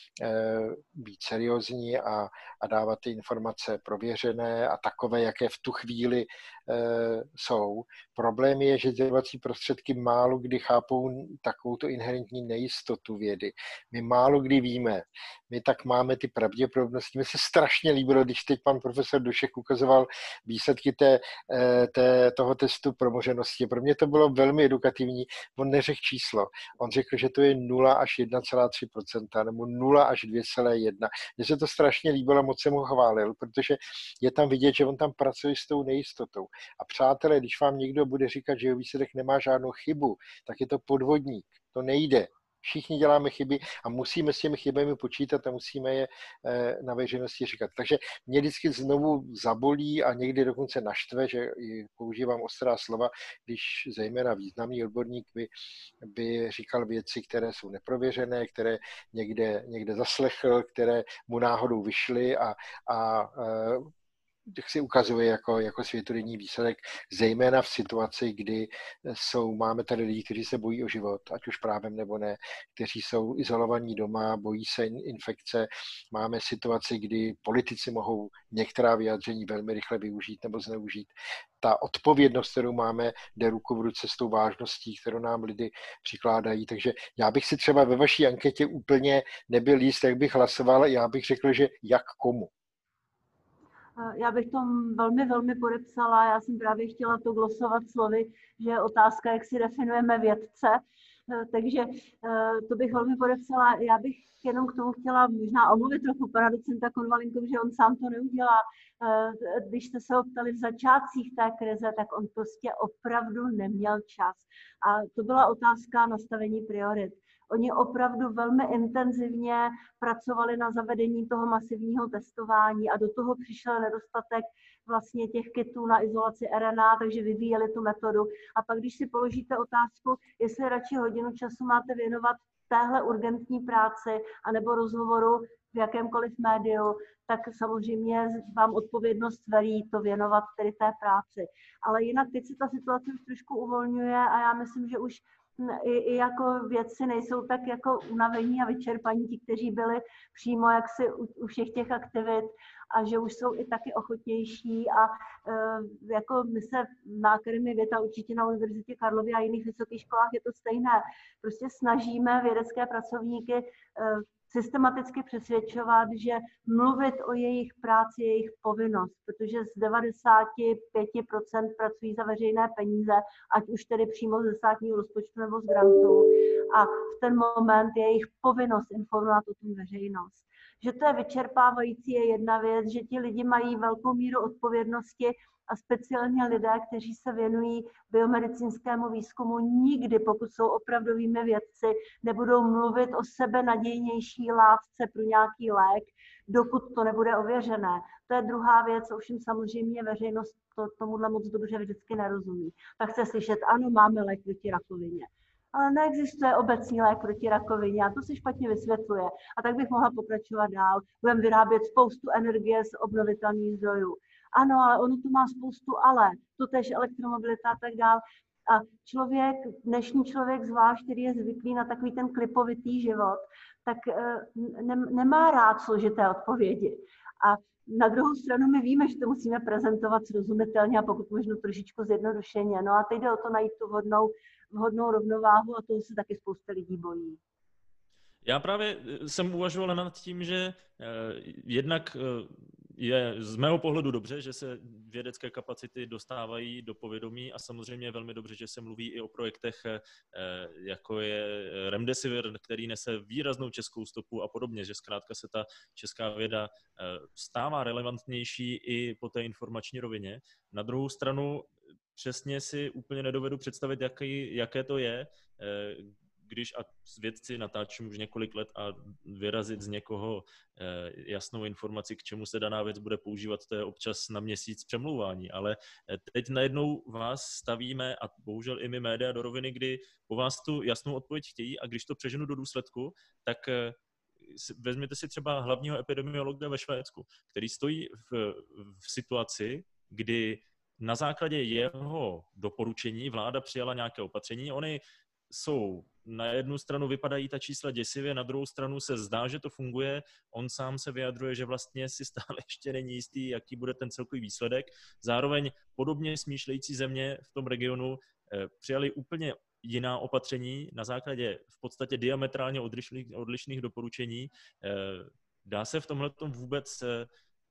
být seriózní a, a dávat ty informace prověřené a takové, jaké v tu chvíli e, jsou. Problém je, že sdělovací prostředky málo kdy chápou takovouto inherentní nejistotu vědy. My málo kdy víme. My tak máme ty pravděpodobnosti. Mně se strašně líbilo, když teď pan profesor Dušek ukazoval výsledky té, té, toho testu promořenosti. Pro mě to bylo velmi edukativní. On neřekl číslo. On řekl, že to je nula až jedna celá tři procenta nebo nula až dvě celá jedna. Mně se to strašně líbilo, moc jsem ho chválil, protože je tam vidět, že on tam pracuje s tou nejistotou. A přátelé, když vám někdo bude říkat, že jeho výsledek nemá žádnou chybu, tak je to podvodník. To nejde. Všichni děláme chyby a musíme s těmi chybami počítat a musíme je na veřejnosti říkat. Takže mě vždycky znovu zabolí a někdy dokonce naštve, že používám ostrá slova, když zejména významný odborník by, by říkal věci, které jsou neprověřené, které někde, někde zaslechl, které mu náhodou vyšly a, a si ukazuje jako, jako světodenní výsledek, zejména v situaci, kdy jsou, máme tady lidi, kteří se bojí o život, ať už právem nebo ne, kteří jsou izolovaní doma, bojí se infekce. Máme situaci, kdy politici mohou některá vyjádření velmi rychle využít nebo zneužít. Ta odpovědnost, kterou máme, jde ruku v ruce s tou vážností, kterou nám lidi přikládají. Takže já bych si třeba ve vaší anketě úplně nebyl jist, jak bych hlasoval, já bych řekl, že jak komu. Já bych tom velmi, velmi podepsala. Já jsem právě chtěla to glosovat slovy, že je otázka, jak si definujeme vědce. Takže to bych velmi podepsala. Já bych jenom k tomu chtěla možná omluvit trochu pana docenta Konvalinku, že on sám to neudělá. Když jste se ho ptali v začátcích té krize, tak on prostě opravdu neměl čas. A to byla otázka nastavení priorit. Oni opravdu velmi intenzivně pracovali na zavedení toho masivního testování a do toho přišel nedostatek vlastně těch kitů na izolaci R N A, takže vyvíjeli tu metodu. A pak, když si položíte otázku, jestli radši hodinu času máte věnovat téhle urgentní práci anebo rozhovoru v jakémkoliv médiu, tak samozřejmě vám odpovědnost velí to věnovat tedy té práci. Ale jinak teď se ta situace už trošku uvolňuje a já myslím, že už I, i jako vědci nejsou tak jako unavení a vyčerpaní ti, kteří byli přímo jaksi u, u všech těch aktivit a že už jsou i taky ochotnější a e, jako my se na Akademii věd a určitě na Univerzitě Karlově a jiných vysokých školách je to stejné. Prostě snažíme vědecké pracovníky e, systematicky přesvědčovat, že mluvit o jejich práci je jejich povinnost, protože z devadesát pět procent pracují za veřejné peníze, ať už tedy přímo ze státního rozpočtu nebo z grantů. A v ten moment je jejich povinnost informovat o tom veřejnost. Že to je vyčerpávající je jedna věc, že ti lidi mají velkou míru odpovědnosti a speciálně lidé, kteří se věnují biomedicínskému výzkumu, nikdy, pokud jsou opravdovými vědci, nebudou mluvit o sebe nadějnější látce pro nějaký lék, dokud to nebude ověřené. To je druhá věc, ovšem samozřejmě veřejnost to, tomuhle moc dobře vždycky nerozumí. Tak chce slyšet, ano, máme lék proti rakovině. Ale neexistuje obecný lék proti rakovině a to se špatně vysvětluje. A tak bych mohla pokračovat dál. Budeme vyrábět spoustu energie z obnovitelných zdrojů. Ano, ale ono tu má spoustu ale, to tež elektromobilita a tak dál. A člověk, dnešní člověk zvlášť, který je zvyklý na takový ten klipovitý život, tak ne, nemá rád složité odpovědi. A na druhou stranu my víme, že to musíme prezentovat srozumitelně a pokud možno trošičku zjednodušeně. No a teď jde o to najít tu vhodnou, vhodnou rovnováhu a toho se taky spousta lidí bojí. Já právě jsem uvažoval nad tím, že jednak je z mého pohledu dobře, že se vědecké kapacity dostávají do povědomí a samozřejmě je velmi dobře, že se mluví i o projektech, jako je Remdesivir, který nese výraznou českou stopu a podobně, že zkrátka se ta česká věda stává relevantnější i po té informační rovině. Na druhou stranu přesně si úplně nedovedu představit, jaký, jaké to je, když a vědci natáčím už několik let a vyrazit z někoho jasnou informaci, k čemu se daná věc bude používat, to je občas na měsíc přemlouvání. Ale teď najednou vás stavíme a bohužel i my média do roviny, kdy po vás tu jasnou odpověď chtějí a když to přeženu do důsledku, tak vezměte si třeba hlavního epidemiologa ve Švédsku, který stojí v, v situaci, kdy na základě jeho doporučení vláda přijala nějaké opatření. Ony jsou, na jednu stranu vypadají ta čísla děsivě, na druhou stranu se zdá, že to funguje. On sám se vyjadřuje, že vlastně si stále ještě není jistý, jaký bude ten celkový výsledek. Zároveň podobně smýšlející země v tom regionu eh, přijali úplně jiná opatření na základě v podstatě diametrálně odlišných, odlišných doporučení. Eh, dá se v tomhletom vůbec eh,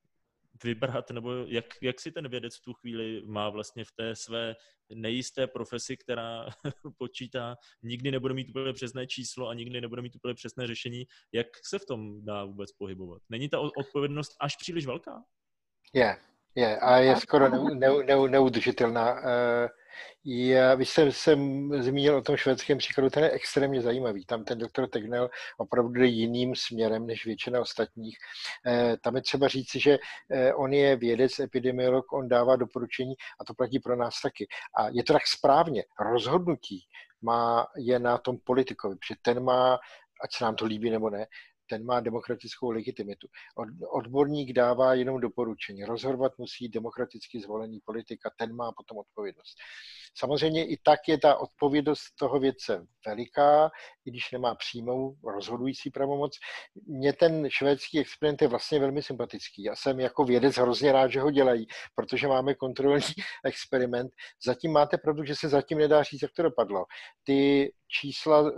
vybrat, nebo jak, jak si ten vědec v tu chvíli má vlastně v té své nejisté profesi, která počítá, nikdy nebude mít úplně přesné číslo a nikdy nebude mít úplně přesné řešení, jak se v tom dá vůbec pohybovat? Není ta odpovědnost až příliš velká? Je, je a je skoro ne, ne, ne, neudržitelná. Já, vy jste jsem zmínil o tom švédském příkladu, ten je extrémně zajímavý. Tam ten doktor Tegnell opravdu jde jiným směrem než většina ostatních. Eh, tam je třeba říci, že eh, on je vědec, epidemiolog, on dává doporučení a to platí pro nás taky. A je to tak správně. Rozhodnutí má je na tom politikovi, protože ten má, ať se nám to líbí nebo ne, ten má demokratickou legitimitu. Odborník dává jenom doporučení. Rozhodovat musí demokraticky zvolený politik a ten má potom odpovědnost. Samozřejmě i tak je ta odpovědnost toho vědce veliká, i když nemá přímou rozhodující pravomoc. Mně ten švédský experiment je vlastně velmi sympatický. Já jsem jako vědec hrozně rád, že ho dělají, protože máme kontrolní experiment. Zatím máte pravdu, že se zatím nedá říct, jak to dopadlo. Ty čísla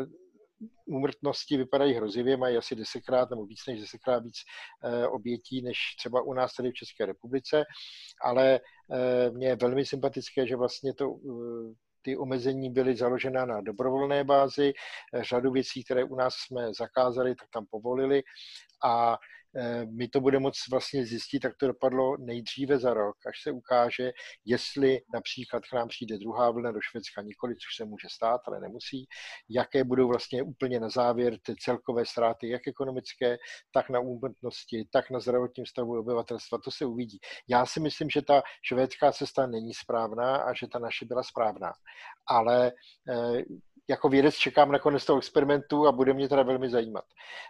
úmrtnosti vypadají hrozivě, mají asi desetkrát nebo víc než desetkrát víc e, obětí než třeba u nás tady v České republice, ale e, mně je velmi sympatické, že vlastně to, e, ty omezení byly založena na dobrovolné bázi, e, řadu věcí, které u nás jsme zakázali, tak tam povolili a my to budeme moct vlastně zjistit, jak to dopadlo nejdříve za rok, až se ukáže, jestli například k nám přijde druhá vlna do Švédska nikoli, což se může stát, ale nemusí, jaké budou vlastně úplně na závěr ty celkové ztráty, jak ekonomické, tak na úmrtnosti, tak na zdravotním stavu obyvatelstva, to se uvidí. Já si myslím, že ta švédská cesta není správná a že ta naše byla správná, ale jako vědec čekám na konec toho experimentu a bude mě teda velmi zajímat.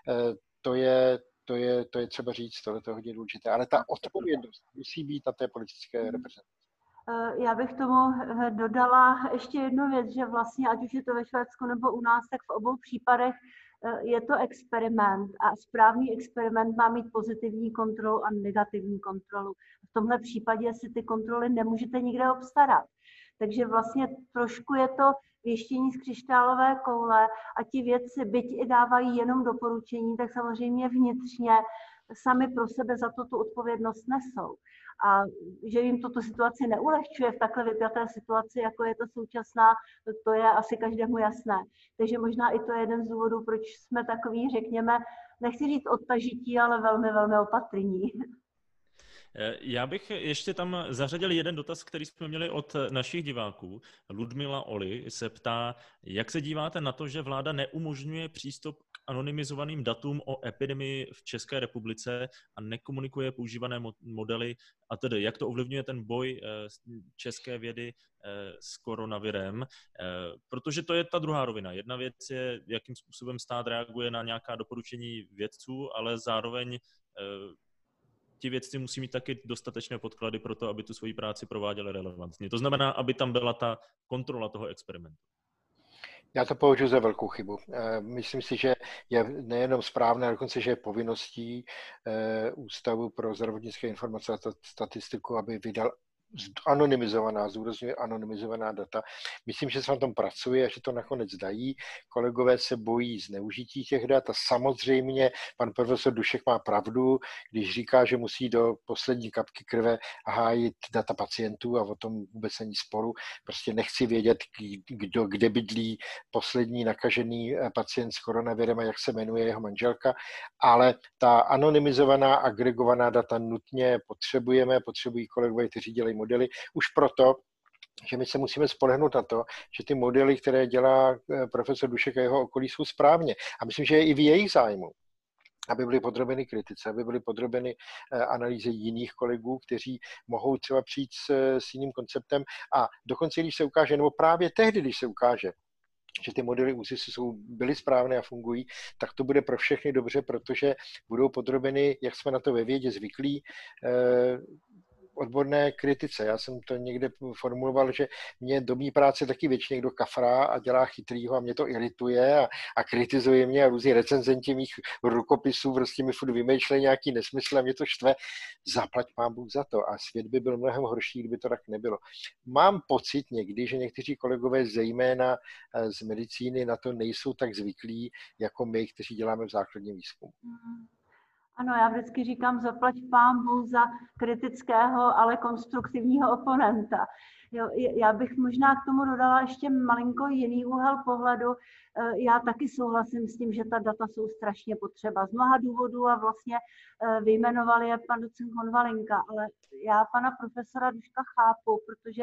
To je To je, to je třeba říct, tohle to je hodně důležité. Ale ta odpovědnost musí být na té politické reprezentaci. Já bych tomu dodala ještě jednu věc, že vlastně, ať už je to ve Švédsku nebo u nás, tak v obou případech je to experiment a správný experiment má mít pozitivní kontrolu a negativní kontrolu. V tomhle případě si ty kontroly nemůžete nikde obstarat. Takže vlastně trošku je to věštění z křišťálové koule a ti vědci, byť i dávají jenom doporučení, tak samozřejmě vnitřně sami pro sebe za to tu odpovědnost nesou. A že jim to tu situaci neulehčuje v takhle vypjaté situaci, jako je to současná, to je asi každému jasné. Takže možná i to je jeden z důvodů, proč jsme takový, řekněme, nechci říct odtažití, ale velmi, velmi opatrní. Já bych ještě tam zařadil jeden dotaz, který jsme měli od našich diváků. Ludmila Oli se ptá, jak se díváte na to, že vláda neumožňuje přístup k anonymizovaným datům o epidemii v České republice a nekomunikuje používané modely a tedy jak to ovlivňuje ten boj české vědy s koronavirem, protože to je ta druhá rovina. Jedna věc je, jakým způsobem stát reaguje na nějaká doporučení vědců, ale zároveň ti vědci musí mít taky dostatečné podklady pro to, aby tu svoji práci prováděli relevantně. To znamená, aby tam byla ta kontrola toho experimentu. Já to považuji za velkou chybu. Myslím si, že je nejenom správné, ale dokonce, že je povinností Ústavu pro zdravotnické informace a statistiku, aby vydal anonymizovaná, zdůrazňuje anonymizovaná data. Myslím, že se na tom pracuje a že to nakonec dají. Kolegové se bojí zneužití těch dat a samozřejmě pan profesor Dušek má pravdu, když říká, že musí do poslední kapky krve hájit data pacientů a o tom vůbec není sporu. Prostě nechci vědět, kdo, kde bydlí poslední nakažený pacient s koronavirem a jak se jmenuje jeho manželka, ale ta anonymizovaná, agregovaná data nutně potřebujeme, potřebují kolegové, kteří dělají modely, už proto, že my se musíme spolehnout na to, že ty modely, které dělá profesor Dušek a jeho okolí, jsou správně. A myslím, že je i v jejich zájmu, aby byly podrobeny kritice, aby byly podrobeny analýze jiných kolegů, kteří mohou třeba přijít s, s jiným konceptem. A dokonce, když se ukáže, nebo právě tehdy, když se ukáže, že ty modely ÚZIS jsou, byly správné a fungují, tak to bude pro všechny dobře, protože budou podrobeny, jak jsme na to ve vědě zvyklí, eh, odborné kritice. Já jsem to někde formuloval, že mě do mý práce taky většině někdo kafrá a dělá chytrýho a mě to irituje a, a kritizuje mě a různí recenzenti mých rukopisů prostě mi furt vymýšlejí nějaký nesmysl a mě to štve. Zaplať pán Bůh za to a svět by byl mnohem horší, kdyby to tak nebylo. Mám pocit někdy, že někteří kolegové zejména z medicíny na to nejsou tak zvyklí jako my, kteří děláme v základním výzkumu. Mm. Ano, já vždycky říkám, zaplať pán Bůh za kritického, ale konstruktivního oponenta. Jo, já bych možná k tomu dodala ještě malinko jiný úhel pohledu. Já taky souhlasím s tím, že ta data jsou strašně potřeba z mnoha důvodů a vlastně vyjmenoval je pan docent Honvalinka, ale já pana profesora Duška chápu, protože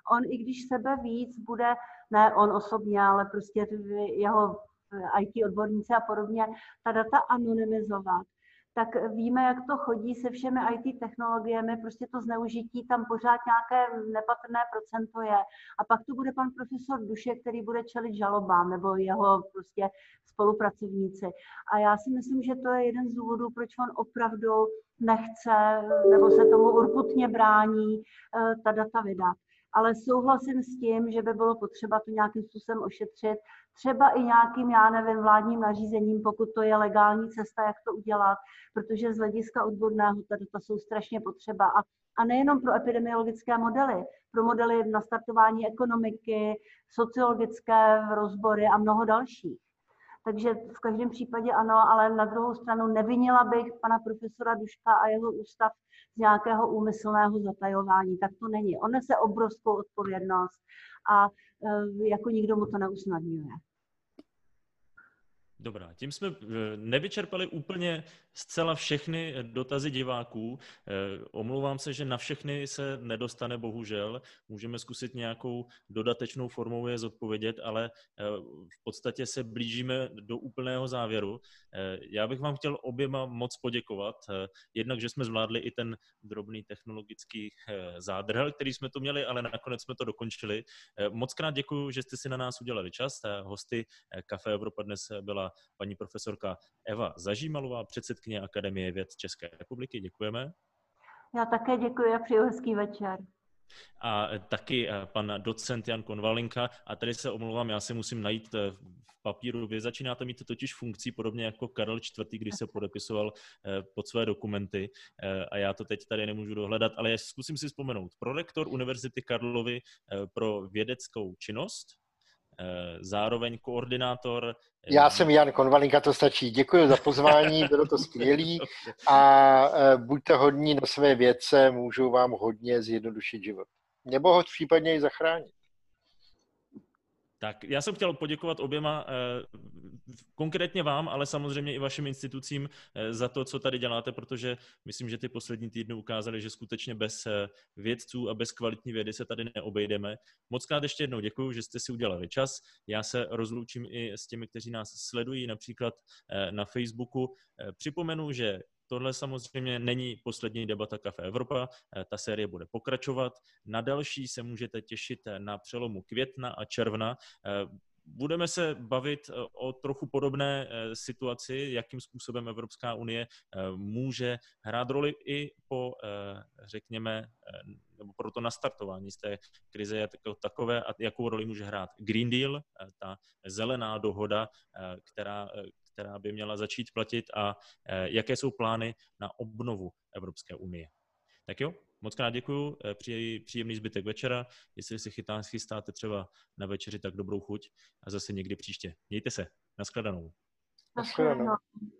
On, i když sebe víc bude, ne on osobně, ale prostě jeho í té odborníci a podobně, ta data anonymizovat, tak víme, jak to chodí se všemi í té technologiemi, prostě to zneužití tam pořád nějaké nepatrné procento je. A pak tu bude pan profesor Duše, který bude čelit žalobám, nebo jeho prostě spolupracovníci. A já si myslím, že to je jeden z důvodů, proč on opravdu nechce, nebo se tomu urputně brání ta data vydat. Ale souhlasím s tím, že by bylo potřeba to nějakým způsobem ošetřit, třeba i nějakým, já nevím, vládním nařízením, pokud to je legální cesta, jak to udělat, protože z hlediska odborného ta data jsou strašně potřeba. A, a nejenom pro epidemiologické modely, pro modely nastartování ekonomiky, sociologické rozbory a mnoho dalších. Takže v každém případě ano, ale na druhou stranu nevinila bych pana profesora Duška a jeho ústav z nějakého úmyslného zatajování. Tak to není. On nese obrovskou odpovědnost a jako nikdo mu to neusnadňuje. Dobrá, tím jsme nevyčerpali úplně zcela všechny dotazy diváků. Omlouvám se, že na všechny se nedostane, bohužel. Můžeme zkusit nějakou dodatečnou formou je zodpovědět, ale v podstatě se blížíme do úplného závěru. Já bych vám chtěl oběma moc poděkovat. Jednak, že jsme zvládli i ten drobný technologický zádrhel, který jsme tu měli, ale nakonec jsme to dokončili. Moc krát děkuji, že jste si na nás udělali čas. Hosty Café Evropa dnes byla paní profesorka Eva Zažímalová, předsedkyně Akademie věd České republiky. Děkujeme. Já také děkuji a přeju hezký večer. A taky pan docent Jan Konvalinka. A tady se omlouvám, já si musím najít v papíru. Vy začínáte mít totiž funkcí podobně jako Karel čtvrtý, když se podepisoval pod své dokumenty. A já to teď tady nemůžu dohledat, ale já zkusím si vzpomenout. Prorektor Univerzity Karlovy pro vědeckou činnost, zároveň koordinátor. Já jsem Jan Konvalinka, to stačí. Děkuji za pozvání, bylo to skvělý a buďte hodní na své vědce, můžou vám hodně zjednodušit život. Nebo ho případně i zachránit. Tak já jsem chtěl poděkovat oběma, konkrétně vám, ale samozřejmě i vašim institucím za to, co tady děláte, protože myslím, že ty poslední týdny ukázaly, že skutečně bez vědců a bez kvalitní vědy se tady neobejdeme. Moc krát ještě jednou děkuju, že jste si udělali čas. Já se rozloučím i s těmi, kteří nás sledují, například na Facebooku. Připomenu, že tohle samozřejmě není poslední debata Café Evropa, ta série bude pokračovat. Na další se můžete těšit na přelomu května a června. Budeme se bavit o trochu podobné situaci, jakým způsobem Evropská unie může hrát roli i po, řekněme, nebo pro to nastartování z té krize jako takové a jakou roli může hrát Green Deal, ta zelená dohoda, která která by měla začít platit a jaké jsou plány na obnovu Evropské unie. Tak jo, moc krát děkuju, přeji příjemný zbytek večera, jestli si chytá, chystáte třeba na večeři, tak dobrou chuť a zase někdy příště. Mějte se, nashledanou. Nashledanou.